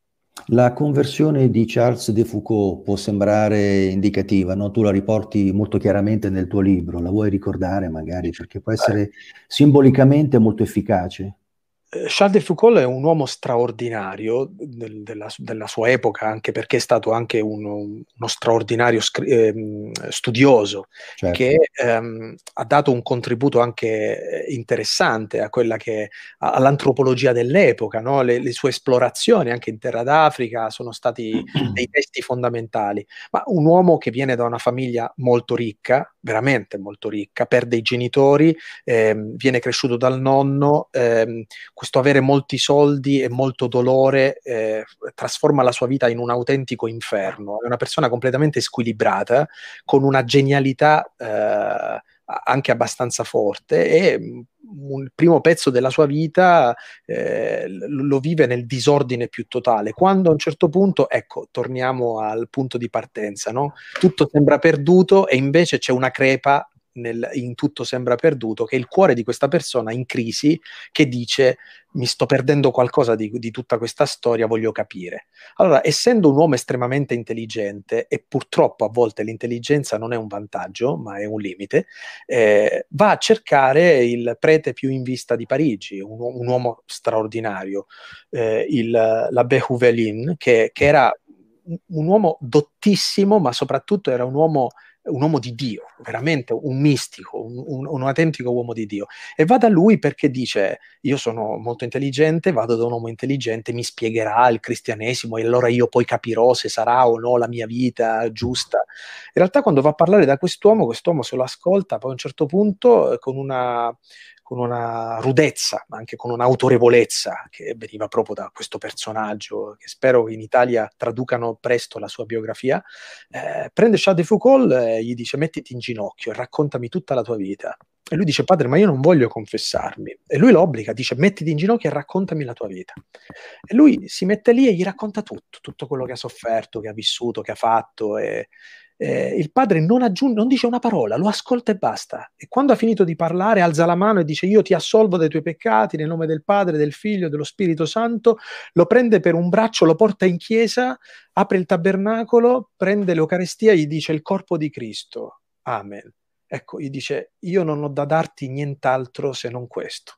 La conversione di Charles de Foucault può sembrare indicativa, no? Tu la riporti molto chiaramente nel tuo libro, la vuoi ricordare magari, perché può Eh, essere simbolicamente molto efficace. Charles de Foucault è un uomo straordinario del- della, della sua epoca, anche perché è stato anche uno, uno straordinario scri- ehm, studioso Certo. che ehm, ha dato un contributo anche eh, interessante a quella che, a- all'antropologia dell'epoca, no? Le, le sue esplorazioni anche in Terra d'Africa sono stati dei testi fondamentali. Ma un uomo che viene da una famiglia molto ricca, veramente molto ricca, perde i genitori, ehm, viene cresciuto dal nonno, ehm, questo avere molti soldi e molto dolore eh, trasforma la sua vita in un autentico inferno. È una persona completamente squilibrata, con una genialità eh, anche abbastanza forte e un primo pezzo della sua vita eh, lo vive nel disordine più totale. Quando a un certo punto, ecco, torniamo al punto di partenza, no? Tutto sembra perduto e invece c'è una crepa nel, in tutto sembra perduto, che è il cuore di questa persona in crisi che dice mi sto perdendo qualcosa di, di tutta questa storia, voglio capire. Allora, essendo un uomo estremamente intelligente, e purtroppo a volte l'intelligenza non è un vantaggio, ma è un limite, eh, va a cercare il prete più in vista di Parigi, un, un uomo straordinario, eh, il, l'abbé Houvelin, che, che era un uomo dottissimo, ma soprattutto era un uomo un uomo di Dio, veramente un mistico, un, un, un autentico uomo di Dio. E va da lui perché dice: io sono molto intelligente, vado da un uomo intelligente, mi spiegherà il cristianesimo e allora io poi capirò se sarà o no la mia vita giusta. In realtà quando va a parlare da quest'uomo, quest'uomo se lo ascolta, poi a un certo punto eh, con una con una rudezza, ma anche con un'autorevolezza che veniva proprio da questo personaggio, che spero in Italia traducano presto la sua biografia, eh, prende Charles de Foucault e gli dice mettiti in ginocchio e raccontami tutta la tua vita. E lui dice padre, ma io non voglio confessarmi. E lui lo obbliga, dice mettiti in ginocchio e raccontami la tua vita. E lui si mette lì e gli racconta tutto, tutto quello che ha sofferto, che ha vissuto, che ha fatto. E, eh, il padre non aggiunge, non dice una parola, lo ascolta e basta. E quando ha finito di parlare, alza la mano e dice: io ti assolvo dai tuoi peccati nel nome del Padre, del Figlio e dello Spirito Santo. Lo prende per un braccio, lo porta in chiesa, apre il tabernacolo, prende l'Eucarestia e gli dice: il corpo di Cristo. Amen. Ecco, gli dice: io non ho da darti nient'altro se non questo.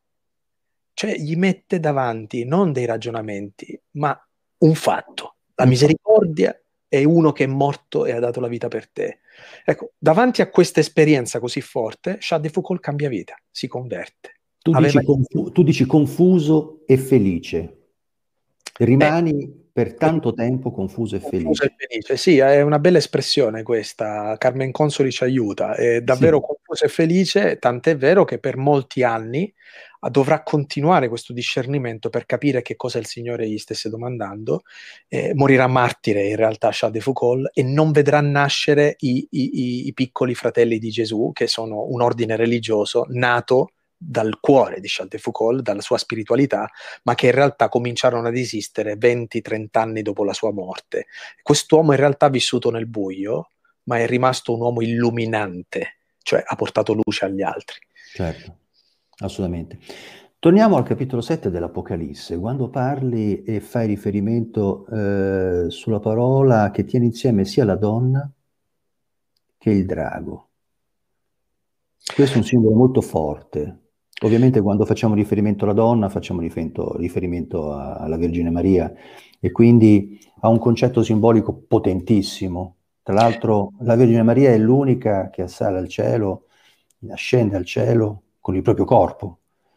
Cioè, gli mette davanti non dei ragionamenti, ma un fatto. La Un fa- misericordia è uno che è morto e ha dato la vita per te. Ecco, davanti a questa esperienza così forte, Charles de Foucault cambia vita, si converte. tu Aveva... dici, confu- tu dici confuso e felice. Eh, Rimani per tanto tempo confuso e Confusa e felice. felice. Sì, è una bella espressione questa. Carmen Consoli ci aiuta. È davvero Sì, confusa e felice, tant'è vero che per molti anni ah, dovrà continuare questo discernimento per capire che cosa il Signore gli stesse domandando. Eh, morirà martire in realtà Charles de Foucault e non vedrà nascere i, i- i- i piccoli fratelli di Gesù, che sono un ordine religioso nato dal cuore di Charles de Foucault, dalla sua spiritualità, ma che in realtà cominciarono ad esistere venti trenta anni dopo la sua morte. Quest'uomo in realtà ha vissuto nel buio, ma è rimasto un uomo illuminante, cioè ha portato luce agli altri. certo, assolutamente. Torniamo al capitolo sette dell'Apocalisse, quando parli e fai riferimento eh, sulla parola che tiene insieme sia la donna che il drago. Questo è un simbolo molto forte. Ovviamente quando facciamo riferimento alla donna facciamo riferimento, riferimento a- alla Vergine Maria e quindi ha un concetto simbolico potentissimo. Tra l'altro la Vergine Maria è l'unica che assale al cielo, ascende al cielo con il proprio corpo.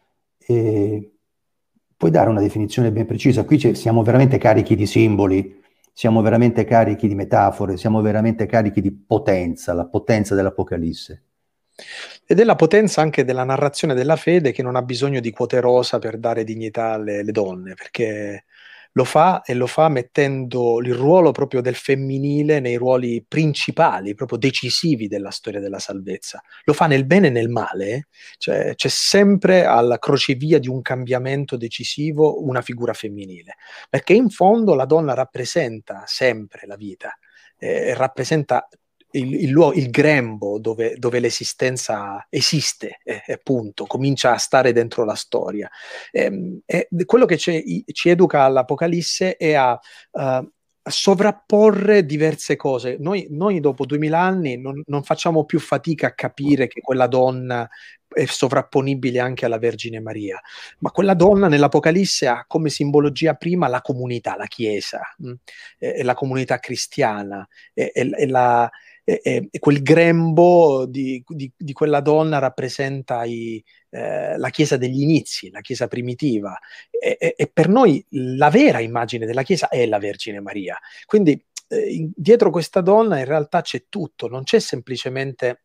E puoi dare una definizione ben precisa? Qui c'è- siamo veramente carichi di simboli, siamo veramente carichi di metafore, siamo veramente carichi di potenza, la potenza dell'Apocalisse. Ed è la potenza anche della narrazione della fede che non ha bisogno di quote rosa per dare dignità alle, alle donne, perché lo fa e lo fa mettendo il ruolo proprio del femminile nei ruoli principali, proprio decisivi della storia della salvezza. Lo fa nel bene e nel male, cioè c'è sempre alla crocevia di un cambiamento decisivo una figura femminile, perché in fondo la donna rappresenta sempre la vita, eh, rappresenta il, il, luogo, il grembo dove, dove l'esistenza esiste, eh, appunto, comincia a stare dentro la storia. E, e quello che ci, ci educa all'Apocalisse è a, uh, a sovrapporre diverse cose. Noi, noi dopo duemila anni non, non facciamo più fatica a capire che quella donna è sovrapponibile anche alla Vergine Maria, ma quella donna nell'Apocalisse ha come simbologia prima la comunità, la Chiesa, mh, e la comunità cristiana, e, e, e la, e, e, e quel grembo di, di, di, quella donna rappresenta i, eh, la Chiesa degli inizi, la Chiesa primitiva. E, e, e per noi la vera immagine della Chiesa è la Vergine Maria. Quindi eh, in, dietro questa donna in realtà c'è tutto, non c'è semplicemente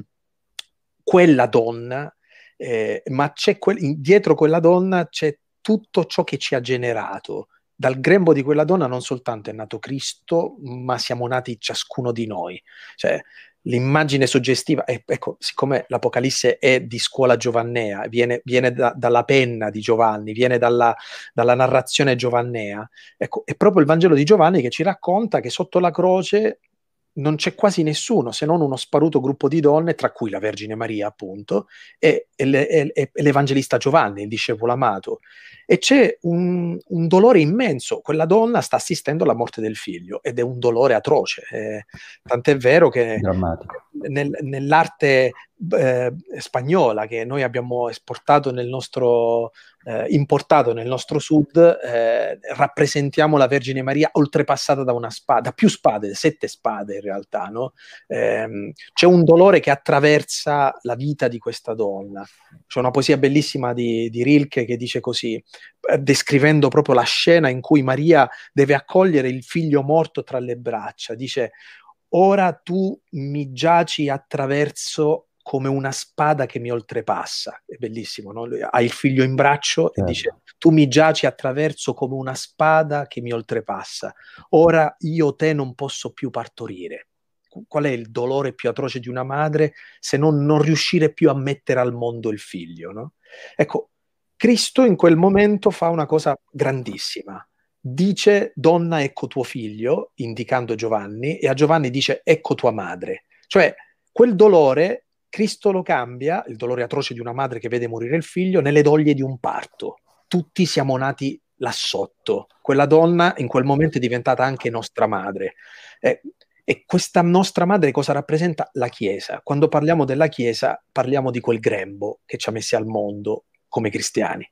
quella donna, eh, ma c'è que- dietro quella donna c'è tutto ciò che ci ha generato. Dal grembo di quella donna non soltanto è nato Cristo, ma siamo nati ciascuno di noi. Cioè, l'immagine suggestiva, eh, ecco, siccome l'Apocalisse è di scuola giovannea, viene, viene da, dalla penna di Giovanni, viene dalla, dalla narrazione giovannea, ecco, è proprio il Vangelo di Giovanni che ci racconta che sotto la croce non c'è quasi nessuno se non uno sparuto gruppo di donne, tra cui la Vergine Maria, appunto, e, e, e, e l'Evangelista Giovanni, il discepolo amato. E c'è un, un, dolore immenso. Quella donna sta assistendo alla morte del figlio ed è un dolore atroce. Eh, tant'è vero che Drammatico. nel, nell'arte eh, spagnola che noi abbiamo esportato nel nostro eh, importato nel nostro sud, eh, rappresentiamo la Vergine Maria oltrepassata da una spada, da più spade, sette spade in realtà, no? Eh, c'è un dolore che attraversa la vita di questa donna. C'è una poesia bellissima di, di Rilke che dice così, eh, descrivendo proprio la scena in cui Maria deve accogliere il figlio morto tra le braccia. Dice: ora tu mi giaci attraverso come una spada che mi oltrepassa. È bellissimo, no? Lui ha il figlio in braccio e Certo. dice: tu mi giaci attraverso come una spada che mi oltrepassa. Ora io te non posso più partorire. Qual è il dolore più atroce di una madre se non non riuscire più a mettere al mondo il figlio, no? Ecco, Cristo in quel momento fa una cosa grandissima. Dice: donna, ecco tuo figlio, indicando Giovanni, e a Giovanni dice: ecco tua madre. Cioè, quel dolore Cristo lo cambia, il dolore atroce di una madre che vede morire il figlio, nelle doglie di un parto. Tutti siamo nati là sotto. Quella donna in quel momento è diventata anche nostra madre. Eh, e questa nostra madre cosa rappresenta? La Chiesa. Quando parliamo della Chiesa, parliamo di quel grembo che ci ha messi al mondo come cristiani.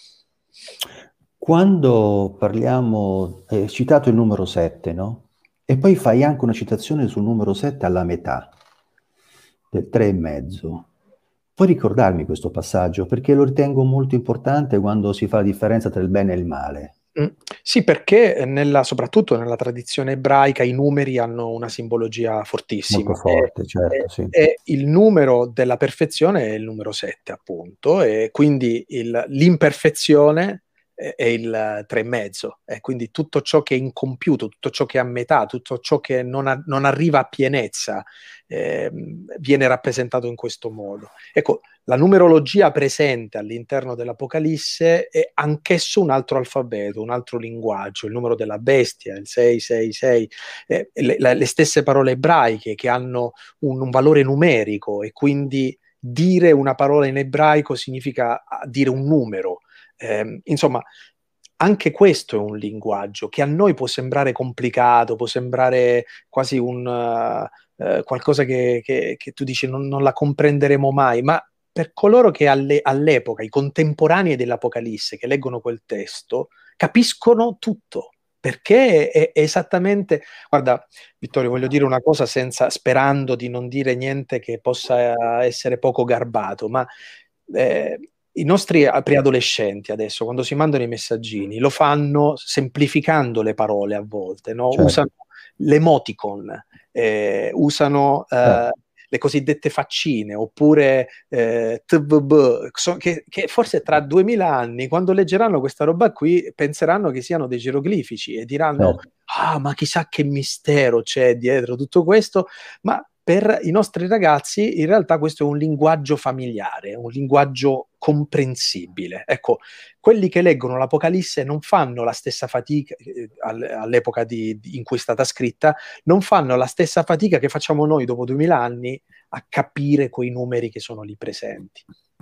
Quando parliamo, hai citato il numero sette, no? E poi fai anche una citazione sul numero sette alla metà, del tre e mezzo. Puoi ricordarmi questo passaggio? Perché lo ritengo molto importante quando si fa la differenza tra il bene e il male. Mm. Sì, perché nella, soprattutto nella tradizione ebraica i numeri hanno una simbologia Molto fortissima e, forte, certo, e- sì. e il numero della perfezione è il numero sette, appunto, e quindi il- l'imperfezione è, è il tre e mezzo, e quindi tutto ciò che è incompiuto, tutto ciò che è a metà, tutto ciò che non, ha- non arriva a pienezza, ehm, viene rappresentato in questo modo. Ecco, la numerologia presente all'interno dell'Apocalisse è anch'esso un altro alfabeto, un altro linguaggio, il numero della bestia, il sei sei sei, eh, le, le, le stesse parole ebraiche che hanno un, un valore numerico e quindi dire una parola in ebraico significa dire un numero. Eh, insomma, anche questo è un linguaggio che a noi può sembrare complicato, può sembrare quasi un, uh, uh, qualcosa che, che, che tu dici non, non la comprenderemo mai, ma per coloro che alle, all'epoca, i contemporanei dell'Apocalisse, che leggono quel testo, capiscono tutto. Perché è, è esattamente. Guarda, Vittorio, voglio dire una cosa senza, sperando di non dire niente che possa essere poco garbato, ma eh, i nostri preadolescenti adesso, quando si mandano i messaggini, lo fanno semplificando le parole a volte, no? Certo, Usano l'emoticon, eh, usano eh, certo. le cosiddette faccine, oppure eh, T V B, so- che, che forse tra duemila anni, quando leggeranno questa roba qui, penseranno che siano dei geroglifici e diranno: Certo. ah, ma chissà che mistero c'è dietro tutto questo, ma per i nostri ragazzi in realtà questo è un linguaggio familiare, un linguaggio comprensibile. Ecco, quelli che leggono l'Apocalisse non fanno la stessa fatica eh, all'epoca di, di, in cui è stata scritta, non fanno la stessa fatica che facciamo noi dopo duemila anni a capire quei numeri che sono lì presenti.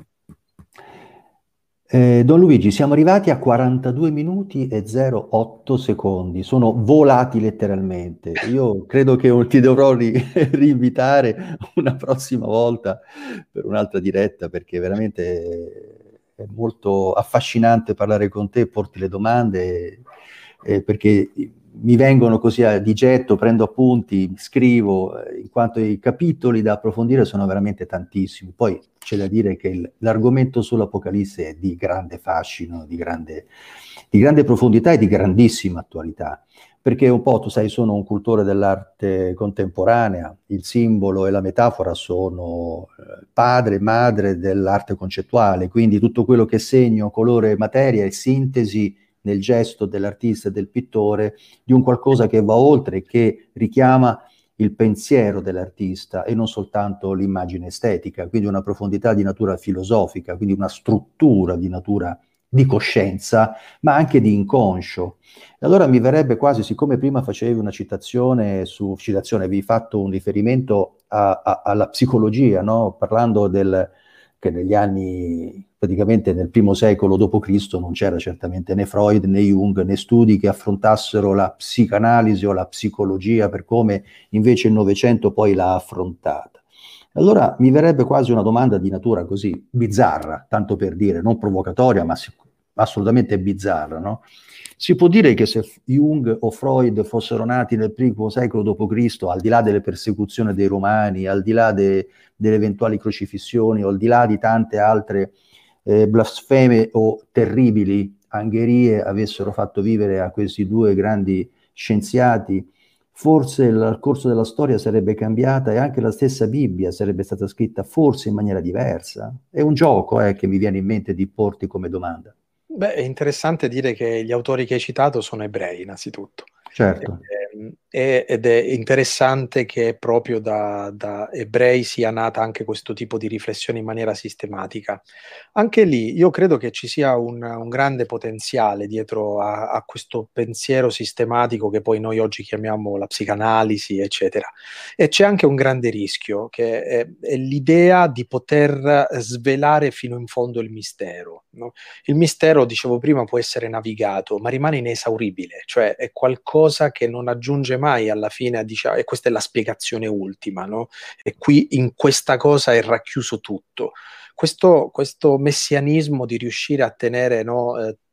Eh, Don Luigi, siamo arrivati a quarantadue minuti e zero otto secondi, sono volati letteralmente. Io credo che ti dovrò ri- rinvitare una prossima volta per un'altra diretta perché veramente è molto affascinante parlare con te, porti le domande, eh, perché mi vengono così a, di getto, prendo appunti, scrivo, eh, in quanto i capitoli da approfondire sono veramente tantissimi. Poi c'è da dire che il- l'argomento sull'Apocalisse è di grande fascino, di grande, di grande profondità e di grandissima attualità, perché un po', tu sai, sono un cultore dell'arte contemporanea, il simbolo e la metafora sono eh, padre e madre dell'arte concettuale, quindi tutto quello che è segno, colore, materia e sintesi nel gesto dell'artista e del pittore di un qualcosa che va oltre, che richiama il pensiero dell'artista e non soltanto l'immagine estetica, quindi una profondità di natura filosofica, quindi una struttura di natura di coscienza, ma anche di inconscio. E allora mi verrebbe quasi, siccome prima facevi una citazione su citazione, avevi fatto un riferimento a, a, alla psicologia, no? Parlando del che negli anni, praticamente nel primo secolo dopo Cristo, non c'era certamente né Freud né Jung né studi che affrontassero la psicanalisi o la psicologia per come invece il Novecento poi l'ha affrontata. Allora mi verrebbe quasi una domanda di natura così bizzarra, tanto per dire, non provocatoria, ma assolutamente bizzarra, no? Si può dire che se Jung o Freud fossero nati nel primo secolo dopo Cristo, al di là delle persecuzioni dei Romani, al di là de, delle eventuali crocifissioni, o al di là di tante altre eh, blasfeme o terribili angherie avessero fatto vivere a questi due grandi scienziati, forse il corso della storia sarebbe cambiata e anche la stessa Bibbia sarebbe stata scritta forse in maniera diversa. È un gioco eh, che mi viene in mente di porti come domanda. Beh, è interessante dire che gli autori che hai citato sono ebrei, innanzitutto. Certo, Ehm, e- Ed è interessante che proprio da, da ebrei sia nata anche questo tipo di riflessione in maniera sistematica. Anche lì io credo che ci sia un, un grande potenziale dietro a, a questo pensiero sistematico che poi noi oggi chiamiamo la psicanalisi, eccetera. E c'è anche un grande rischio, che è, è l'idea di poter svelare fino in fondo il mistero, no? Il mistero, dicevo prima, può essere navigato, ma rimane inesauribile, cioè è qualcosa che non aggiunge mai alla fine, diciamo, e questa è la spiegazione ultima, no? E qui in questa cosa è racchiuso tutto. Questo, questo messianismo di riuscire a tenere, no, eh,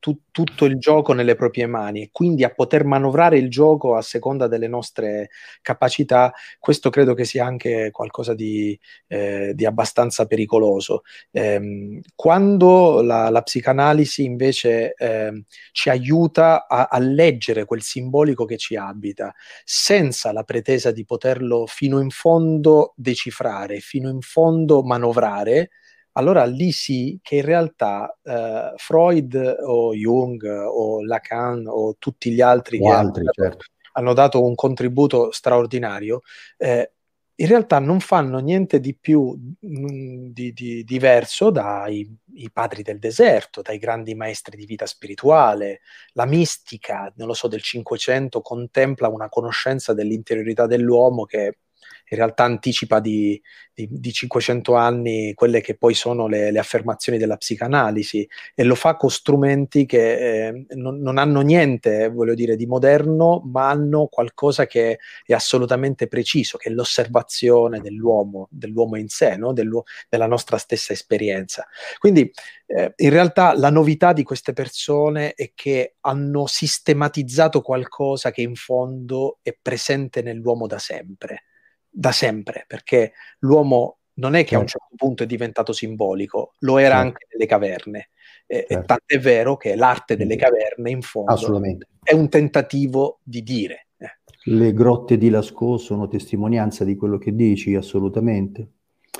tu- tutto il gioco nelle proprie mani e quindi a poter manovrare il gioco a seconda delle nostre capacità, questo credo che sia anche qualcosa di, eh, di abbastanza pericoloso. Ehm, quando la, la psicanalisi invece ehm, ci aiuta a, a leggere quel simbolico che ci abita, senza la pretesa di poterlo fino in fondo decifrare, fino in fondo manovrare, allora lì sì che in realtà eh, Freud o Jung o Lacan o tutti gli altri O che hanno altri, dato, certo. hanno dato un contributo straordinario, eh, in realtà non fanno niente di più mh, di, di- diverso dai i padri del deserto, dai grandi maestri di vita spirituale. La mistica, non lo so, del Cinquecento contempla una conoscenza dell'interiorità dell'uomo che in realtà anticipa di, di- di cinquecento anni quelle che poi sono le, le affermazioni della psicanalisi e lo fa con strumenti che eh, non, non hanno niente, voglio dire, di moderno, ma hanno qualcosa che è assolutamente preciso, che è l'osservazione dell'uomo, dell'uomo in sé, no? Dell'uo- della nostra stessa esperienza. Quindi eh, in realtà la novità di queste persone è che hanno sistematizzato qualcosa che in fondo è presente nell'uomo da sempre, da sempre, perché l'uomo non è che a un Certo, certo punto è diventato simbolico, lo era certo, anche nelle caverne. E, e certo. tant'è vero che l'arte delle Sì, caverne, in fondo, assolutamente. è un tentativo di dire. eh, Le grotte di Lascaux sono testimonianza di quello che dici, assolutamente.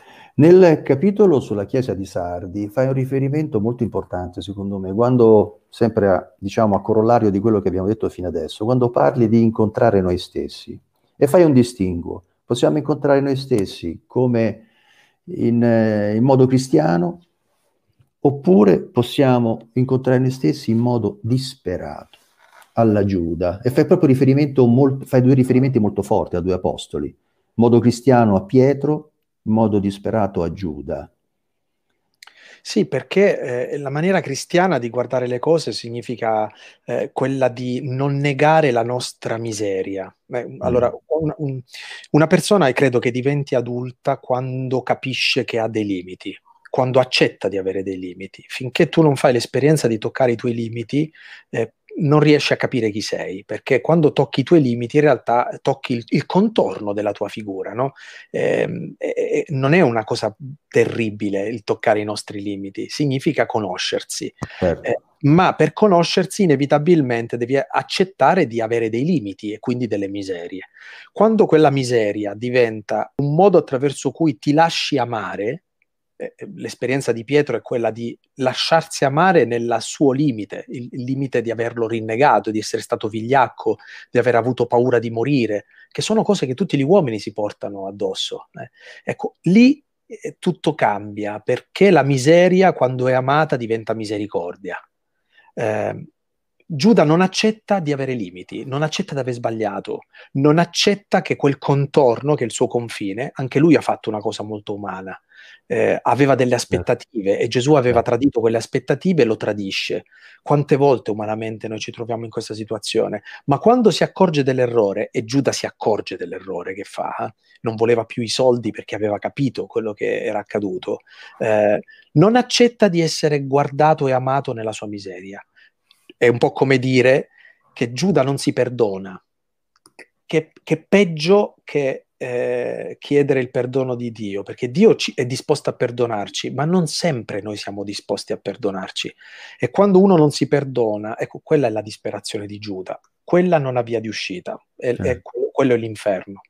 Nel capitolo sulla chiesa di Sardi fai un riferimento molto importante, secondo me, quando, sempre a, diciamo, a corollario di quello che abbiamo detto fino adesso, quando parli di incontrare noi stessi e fai un distinguo. Possiamo incontrare noi stessi come in, eh, in modo cristiano, oppure possiamo incontrare noi stessi in modo disperato, alla Giuda. E fai proprio riferimento, molt- fai due riferimenti molto forti a due apostoli, in modo cristiano a Pietro, in modo disperato a Giuda. Sì, perché eh, la maniera cristiana di guardare le cose significa eh, quella di non negare la nostra miseria. Eh, allora, Mm, un- un- una persona credo che diventi adulta quando capisce che ha dei limiti, quando accetta di avere dei limiti. Finché tu non fai l'esperienza di toccare i tuoi limiti, eh, non riesci a capire chi sei, perché quando tocchi i tuoi limiti, in realtà tocchi il, il contorno della tua figura, no? Ehm, e- e non è una cosa terribile il toccare i nostri limiti, significa conoscersi. certo, Eh, ma per conoscersi inevitabilmente devi accettare di avere dei limiti e quindi delle miserie. Quando quella miseria diventa un modo attraverso cui ti lasci amare, eh, l'esperienza di Pietro è quella di lasciarsi amare nel suo limite, il, il limite di averlo rinnegato, di essere stato vigliacco, di aver avuto paura di morire, che sono cose che tutti gli uomini si portano addosso. eh. Ecco, lì eh, tutto cambia perché la miseria, quando è amata, diventa misericordia. Eh, Giuda non accetta di avere limiti, non accetta di aver sbagliato, non accetta che quel contorno, che è il suo confine, anche lui ha fatto una cosa molto umana. Eh, aveva delle certo, aspettative e Gesù aveva certo. tradito quelle aspettative e lo tradisce. Quante volte umanamente noi ci troviamo in questa situazione? Ma quando si accorge dell'errore, e Giuda si accorge dell'errore che fa, eh, non voleva più i soldi perché aveva capito quello che era accaduto, eh, non accetta di essere guardato e amato nella sua miseria. È un po' come dire che Giuda non si perdona, che, che è peggio che eh, chiedere il perdono di Dio, perché Dio ci, è disposto a perdonarci, ma non sempre noi siamo disposti a perdonarci. E quando uno non si perdona, ecco, quella è la disperazione di Giuda, quella non ha via di uscita, e, e Certo. quello è l'inferno.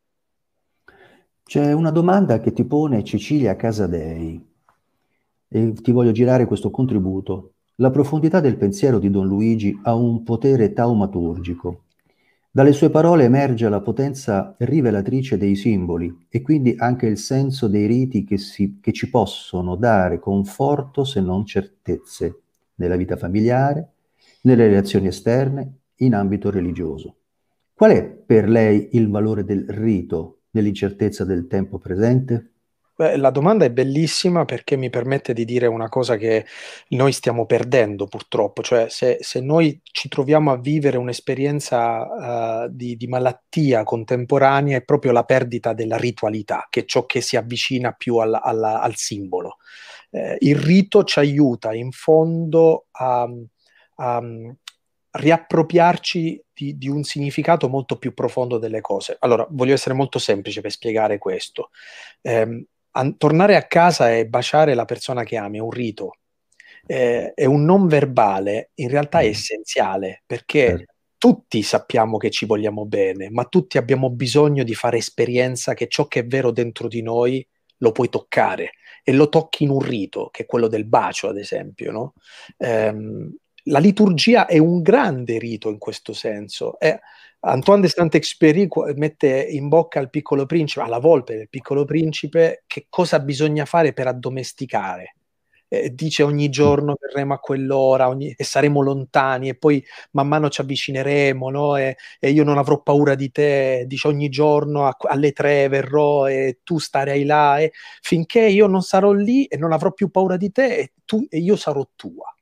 C'è una domanda che ti pone Cecilia Casadei e ti voglio girare questo contributo. La profondità del pensiero di Don Luigi ha un potere taumaturgico. Dalle sue parole emerge la potenza rivelatrice dei simboli e quindi anche il senso dei riti che, si- che ci possono dare conforto se non certezze nella vita familiare, nelle relazioni esterne, in ambito religioso. Qual è per lei il valore del rito nell'incertezza del tempo presente? Beh, la domanda è bellissima perché mi permette di dire una cosa che noi stiamo perdendo purtroppo, cioè se, se noi ci troviamo a vivere un'esperienza eh, di, di malattia contemporanea è proprio la perdita della ritualità, che è ciò che si avvicina più alla- alla- al simbolo. Eh, il rito ci aiuta in fondo a, a um, riappropriarci di, di un significato molto più profondo delle cose. Allora, voglio essere molto semplice per spiegare questo. Eh, a, tornare a casa e baciare la persona che ami è un rito, eh, è un non verbale, in realtà è essenziale, perché Certo. tutti sappiamo che ci vogliamo bene, ma tutti abbiamo bisogno di fare esperienza che ciò che è vero dentro di noi lo puoi toccare, e lo tocchi in un rito, che è quello del bacio, ad esempio, no? Ehm, la liturgia è un grande rito in questo senso. E Antoine de Saint-Exupéry mette in bocca al Piccolo Principe, alla volpe del Piccolo Principe, che cosa bisogna fare per addomesticare. Eh, dice ogni giorno verremo a quell'ora ogni, e saremo lontani, e poi man mano ci avvicineremo, no? E, e io non avrò paura di te. Dice ogni giorno a, alle tre verrò e tu starai là, e finché io non sarò lì e non avrò più paura di te, e, tu, e io sarò tua.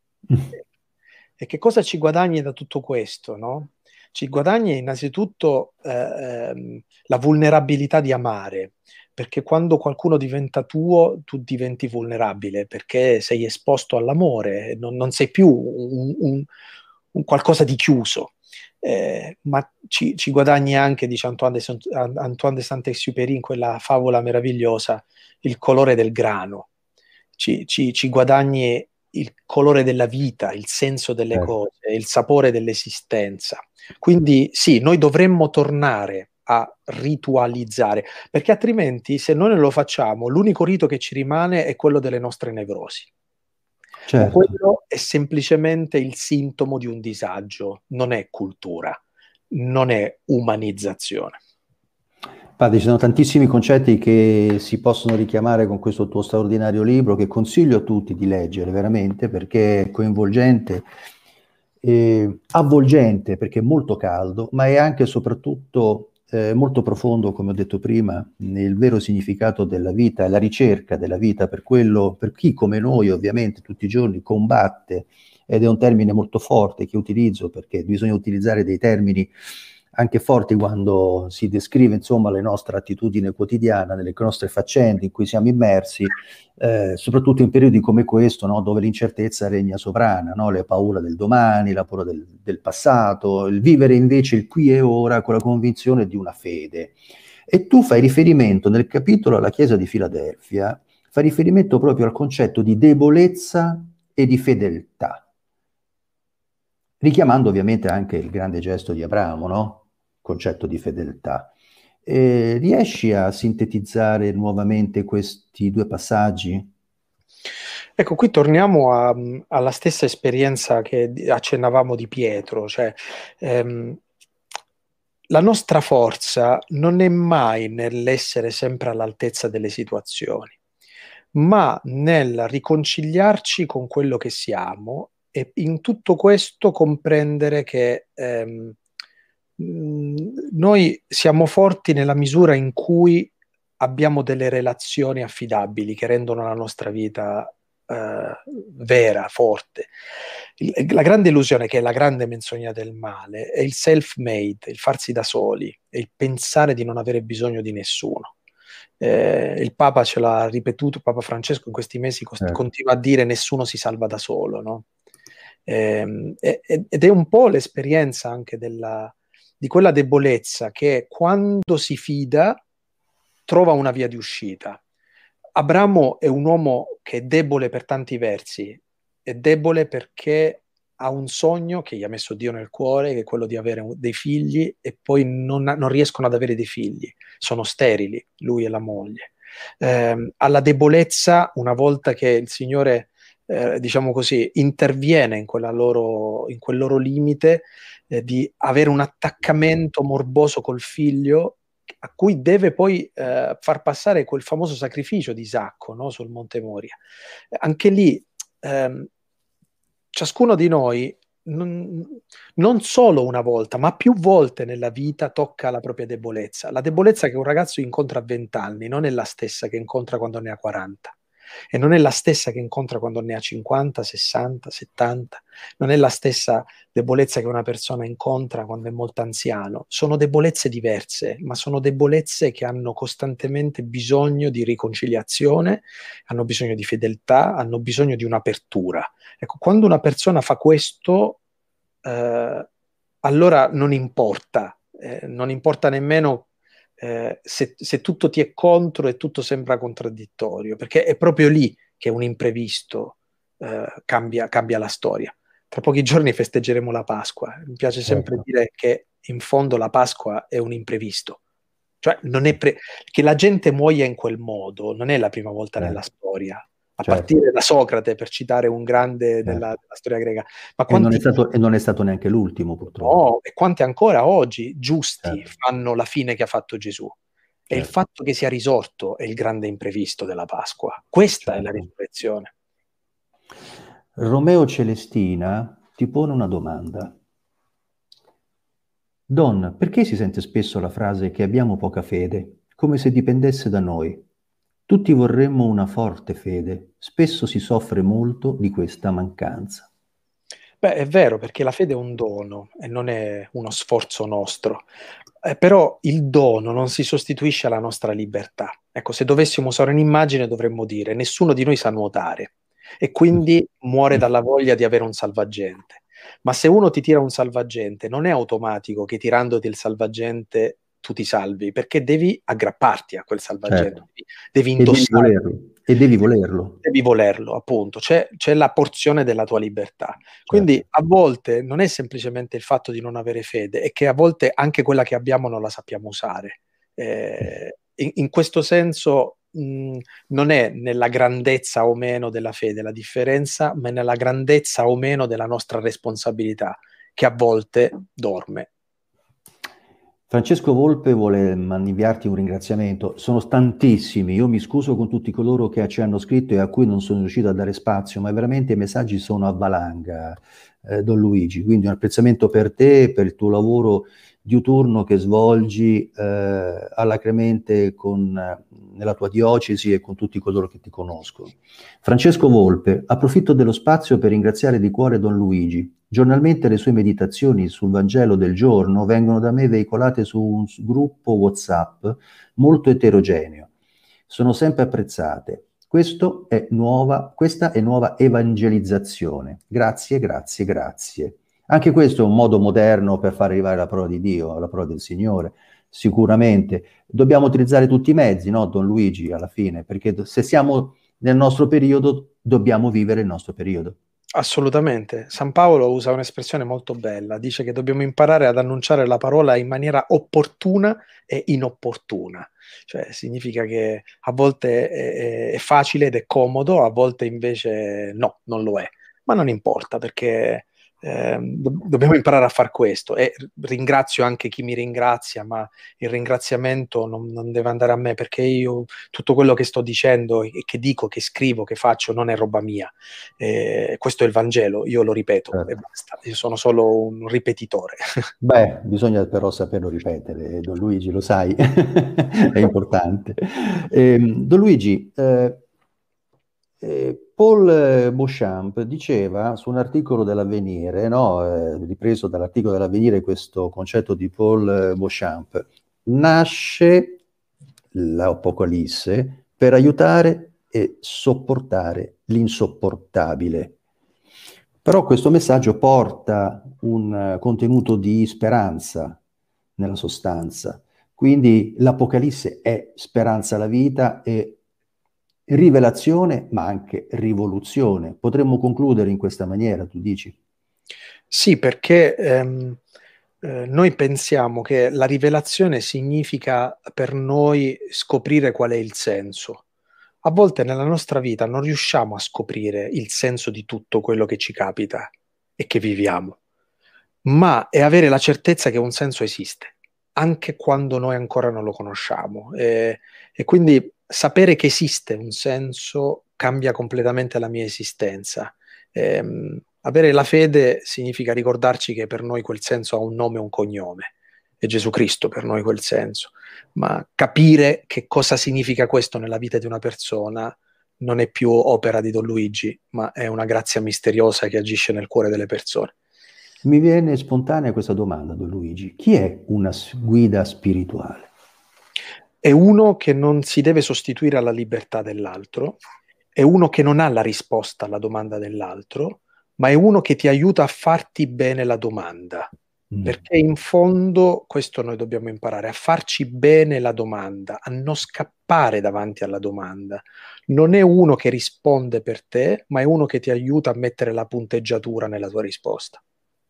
E che cosa ci guadagni da tutto questo, no? Ci guadagni innanzitutto eh, ehm, la vulnerabilità di amare, perché quando qualcuno diventa tuo, tu diventi vulnerabile, perché sei esposto all'amore, non, non sei più un, un, un qualcosa di chiuso. Eh, ma ci, ci guadagni anche, dice Antoine de, Saint- Antoine de Saint-Exupéry in quella favola meravigliosa, il colore del grano. Ci, ci, ci guadagni il colore della vita, il senso delle Certo. cose, il sapore dell'esistenza. Quindi sì, noi dovremmo tornare a ritualizzare, perché altrimenti se noi non lo facciamo, l'unico rito che ci rimane è quello delle nostre nevrosi. Ma Certo. quello è semplicemente il sintomo di un disagio, non è cultura, non è umanizzazione. Padre, ci sono tantissimi concetti che si possono richiamare con questo tuo straordinario libro, che consiglio a tutti di leggere veramente, perché è coinvolgente, eh, avvolgente perché è molto caldo, ma è anche e soprattutto eh, molto profondo, come ho detto prima, nel vero significato della vita e la ricerca della vita per quello, per chi come noi ovviamente tutti i giorni combatte, ed è un termine molto forte che utilizzo perché bisogna utilizzare dei termini anche forti quando si descrive insomma la nostra attitudine quotidiana, nelle nostre faccende in cui siamo immersi, eh, soprattutto in periodi come questo, no, dove l'incertezza regna sovrana, no? La paura del domani, la paura del, del passato, il vivere invece il qui e ora con la convinzione di una fede. E tu fai riferimento nel capitolo alla Chiesa di Filadelfia, fai riferimento proprio al concetto di debolezza e di fedeltà, richiamando ovviamente anche il grande gesto di Abramo, no? Concetto di fedeltà. Eh, riesci a sintetizzare nuovamente questi due passaggi? Ecco, qui torniamo a- alla stessa esperienza che di- accennavamo di Pietro, cioè ehm, la nostra forza non è mai nell'essere sempre all'altezza delle situazioni, ma nel riconciliarci con quello che siamo, e in tutto questo comprendere che ehm, mh, noi siamo forti nella misura in cui abbiamo delle relazioni affidabili che rendono la nostra vita eh, vera, forte. Il- la grande illusione, che è la grande menzogna del male, è il self-made, il farsi da soli, è il pensare di non avere bisogno di nessuno. Eh, il Papa ce l'ha ripetuto, Papa Francesco in questi mesi cos- Certo. continua a dire nessuno si salva da solo, no? Ehm, e- ed è un po' l'esperienza anche della, di quella debolezza che quando si fida trova una via di uscita. Abramo è un uomo che è debole per tanti versi, è debole perché ha un sogno che gli ha messo Dio nel cuore, che è quello di avere un- dei figli, e poi non, non riescono ad avere dei figli, sono sterili, lui e la moglie. Eh, alla debolezza, una volta che il Signore, eh, diciamo così, interviene in, quella loro, in quel loro limite, eh, di avere un attaccamento morboso col figlio, a cui deve poi eh, far passare quel famoso sacrificio di Isacco, no? Sul Monte Moria. Anche lì, ehm, ciascuno di noi non, non solo una volta, ma più volte nella vita tocca la propria debolezza. La debolezza che un ragazzo incontra a venti anni non è la stessa che incontra quando ne ha quaranta. e non è la stessa che incontra quando ne ha cinquanta, sessanta, settanta, non è la stessa debolezza che una persona incontra quando è molto anziano. Sono debolezze diverse, ma sono debolezze che hanno costantemente bisogno di riconciliazione, hanno bisogno di fedeltà, hanno bisogno di un'apertura. Ecco, quando una persona fa questo, eh, allora non importa, eh, non importa nemmeno eh, se, se tutto ti è contro e tutto sembra contraddittorio, perché è proprio lì che un imprevisto eh, cambia, cambia la storia. Tra pochi giorni festeggeremo la Pasqua. Mi piace sempre Certo, dire che in fondo la Pasqua è un imprevisto. Cioè, non è pre- che la gente muoia in quel modo non è la prima volta nella certo, storia, a certo, partire da Socrate, per citare un grande della, certo. della storia greca. Ma E non è quanti, stato, e non è stato neanche l'ultimo, purtroppo. no, e quanti ancora oggi giusti Certo, fanno la fine che ha fatto Gesù? E il certo, fatto che sia risorto è il grande imprevisto della Pasqua. Questa è la certo. risurrezione. Romeo Celestina ti pone una domanda. Don, perché si sente spesso la frase che abbiamo poca fede, come se dipendesse da noi? Tutti vorremmo una forte fede, spesso si soffre molto di questa mancanza. Beh, è vero, perché la fede è un dono e non è uno sforzo nostro. Eh, però il dono non si sostituisce alla nostra libertà. Ecco, se dovessimo usare un'immagine dovremmo dire nessuno di noi sa nuotare e quindi muore dalla voglia di avere un salvagente. Ma se uno ti tira un salvagente, non è automatico che tirandoti il salvagente tu ti salvi, perché devi aggrapparti a quel salvagente, Certo, devi, devi e devi indossare, volerlo, e devi volerlo. devi volerlo, appunto. C'è, c'è la porzione della tua libertà. Quindi Certo. a volte non è semplicemente il fatto di non avere fede, è che a volte anche quella che abbiamo non la sappiamo usare. Eh, in, in questo senso mh, non è nella grandezza o meno della fede la differenza, ma è nella grandezza o meno della nostra responsabilità, che a volte dorme. Francesco Volpe vuole man- inviarti un ringraziamento. Sono tantissimi, io mi scuso con tutti coloro che ci hanno scritto e a cui non sono riuscito a dare spazio, ma veramente i messaggi sono a valanga, eh, Don Luigi. Quindi un apprezzamento per te, per il tuo lavoro diuturno che svolgi eh, alacremente con, eh, nella tua diocesi e con tutti coloro che ti conoscono. Francesco Volpe, approfitto dello spazio per ringraziare di cuore Don Luigi. Giornalmente le sue meditazioni sul Vangelo del giorno vengono da me veicolate su un gruppo WhatsApp molto eterogeneo. Sono sempre apprezzate. Questo è nuova, questa è nuova evangelizzazione. Grazie, grazie, grazie. Anche questo è un modo moderno per far arrivare la parola di Dio, la parola del Signore. Sicuramente dobbiamo utilizzare tutti i mezzi, no, Don Luigi, alla fine, perché se siamo nel nostro periodo, dobbiamo vivere il nostro periodo. Assolutamente. San Paolo usa un'espressione molto bella, dice che dobbiamo imparare ad annunciare la parola in maniera opportuna e inopportuna. Cioè significa che a volte è, è facile ed è comodo, a volte invece no, non lo è. Ma non importa perché ehm, do- dobbiamo imparare a far questo. E ringrazio anche chi mi ringrazia, ma il ringraziamento non, non deve andare a me perché io tutto quello che sto dicendo e che dico, che scrivo, che faccio non è roba mia. Eh, questo è il Vangelo, io lo ripeto e Certo. basta, io sono solo un ripetitore. Beh, bisogna però saperlo ripetere, Don Luigi, lo sai, è importante. Ehm, Don Luigi, eh, eh, Paul Beauchamp diceva su un articolo dell'Avvenire, no, eh, ripreso dall'articolo dell'Avvenire questo concetto di Paul Beauchamp, nasce l'Apocalisse per aiutare e sopportare l'insopportabile. Però questo messaggio porta un eh, contenuto di speranza nella sostanza. Quindi l'Apocalisse è speranza alla vita e rivelazione, ma anche rivoluzione. Potremmo concludere in questa maniera, tu dici? Sì, perché ehm, eh, noi pensiamo che la rivelazione significa per noi scoprire qual è il senso. A volte nella nostra vita non riusciamo a scoprire il senso di tutto quello che ci capita e che viviamo, ma è avere la certezza che un senso esiste, anche quando noi ancora non lo conosciamo. E, e quindi sapere che esiste un senso cambia completamente la mia esistenza. Ehm, avere la fede significa ricordarci che per noi quel senso ha un nome e un cognome. È Gesù Cristo per noi quel senso. Ma capire che cosa significa questo nella vita di una persona non è più opera di Don Luigi, ma è una grazia misteriosa che agisce nel cuore delle persone. Mi viene spontanea questa domanda, Don Luigi. Chi è una guida spirituale? È uno che non si deve sostituire alla libertà dell'altro, è uno che non ha la risposta alla domanda dell'altro, ma è uno che ti aiuta a farti bene la domanda. Mm. Perché in fondo, questo noi dobbiamo imparare, a farci bene la domanda, a non scappare davanti alla domanda. Non è uno che risponde per te, ma è uno che ti aiuta a mettere la punteggiatura nella tua risposta.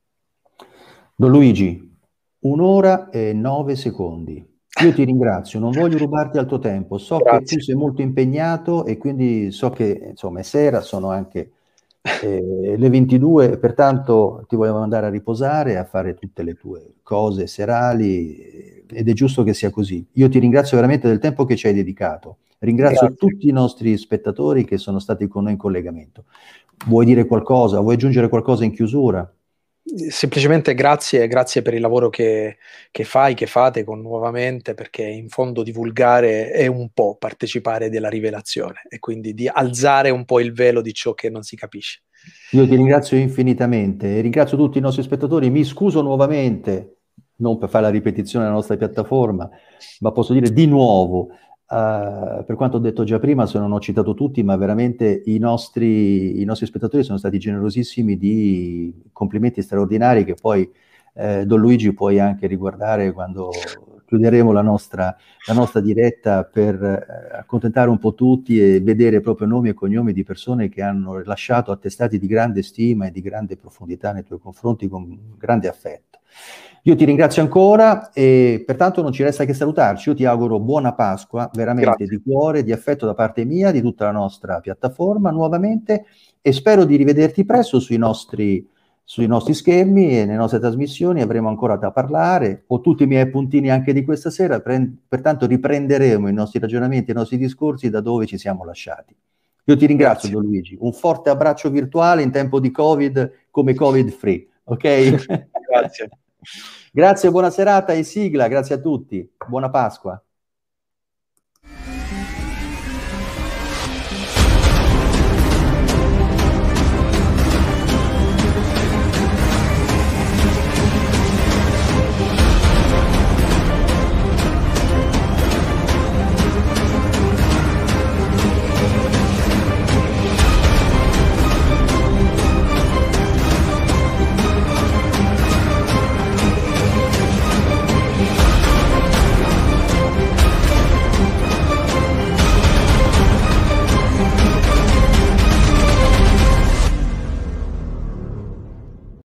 Don Luigi, un'ora e nove secondi. Io ti ringrazio, non voglio rubarti altro tempo, so Grazie. che tu sei molto impegnato e quindi so che insomma è sera, sono anche eh, le ventidue, pertanto ti volevo andare a riposare, a fare tutte le tue cose serali eh, ed è giusto che sia così. Io ti ringrazio veramente del tempo che ci hai dedicato, ringrazio Grazie. tutti i nostri spettatori che sono stati con noi in collegamento. Vuoi dire qualcosa? Vuoi aggiungere qualcosa in chiusura? Semplicemente grazie, grazie per il lavoro che, che fai, che fate con Nuovamente, perché in fondo divulgare è un po' partecipare della rivelazione e quindi di alzare un po' il velo di ciò che non si capisce. Io ti ringrazio infinitamente e ringrazio tutti i nostri spettatori. Mi scuso nuovamente, non per fare la ripetizione della nostra piattaforma, ma posso dire di nuovo, Uh, per quanto ho detto già prima, se non ho citato tutti, ma veramente i nostri, i nostri spettatori sono stati generosissimi di complimenti straordinari che poi eh, Don Luigi puoi anche riguardare quando chiuderemo la nostra, la nostra diretta per eh, accontentare un po' tutti e vedere proprio nomi e cognomi di persone che hanno lasciato attestati di grande stima e di grande profondità nei tuoi confronti con grande affetto. Io ti ringrazio ancora e pertanto non ci resta che salutarci. Io ti auguro buona Pasqua, veramente Grazie. di cuore, di affetto da parte mia, di tutta la nostra piattaforma nuovamente e spero di rivederti presto sui nostri, sui nostri schermi e nelle nostre trasmissioni. Avremo ancora da parlare. Ho tutti i miei appuntini anche di questa sera, pertanto riprenderemo i nostri ragionamenti, i nostri discorsi da dove ci siamo lasciati. Io ti ringrazio, Don Luigi. Un forte abbraccio virtuale in tempo di Covid come Covid free, ok? Grazie. Grazie, buona serata e sigla, grazie a tutti. Buona Pasqua.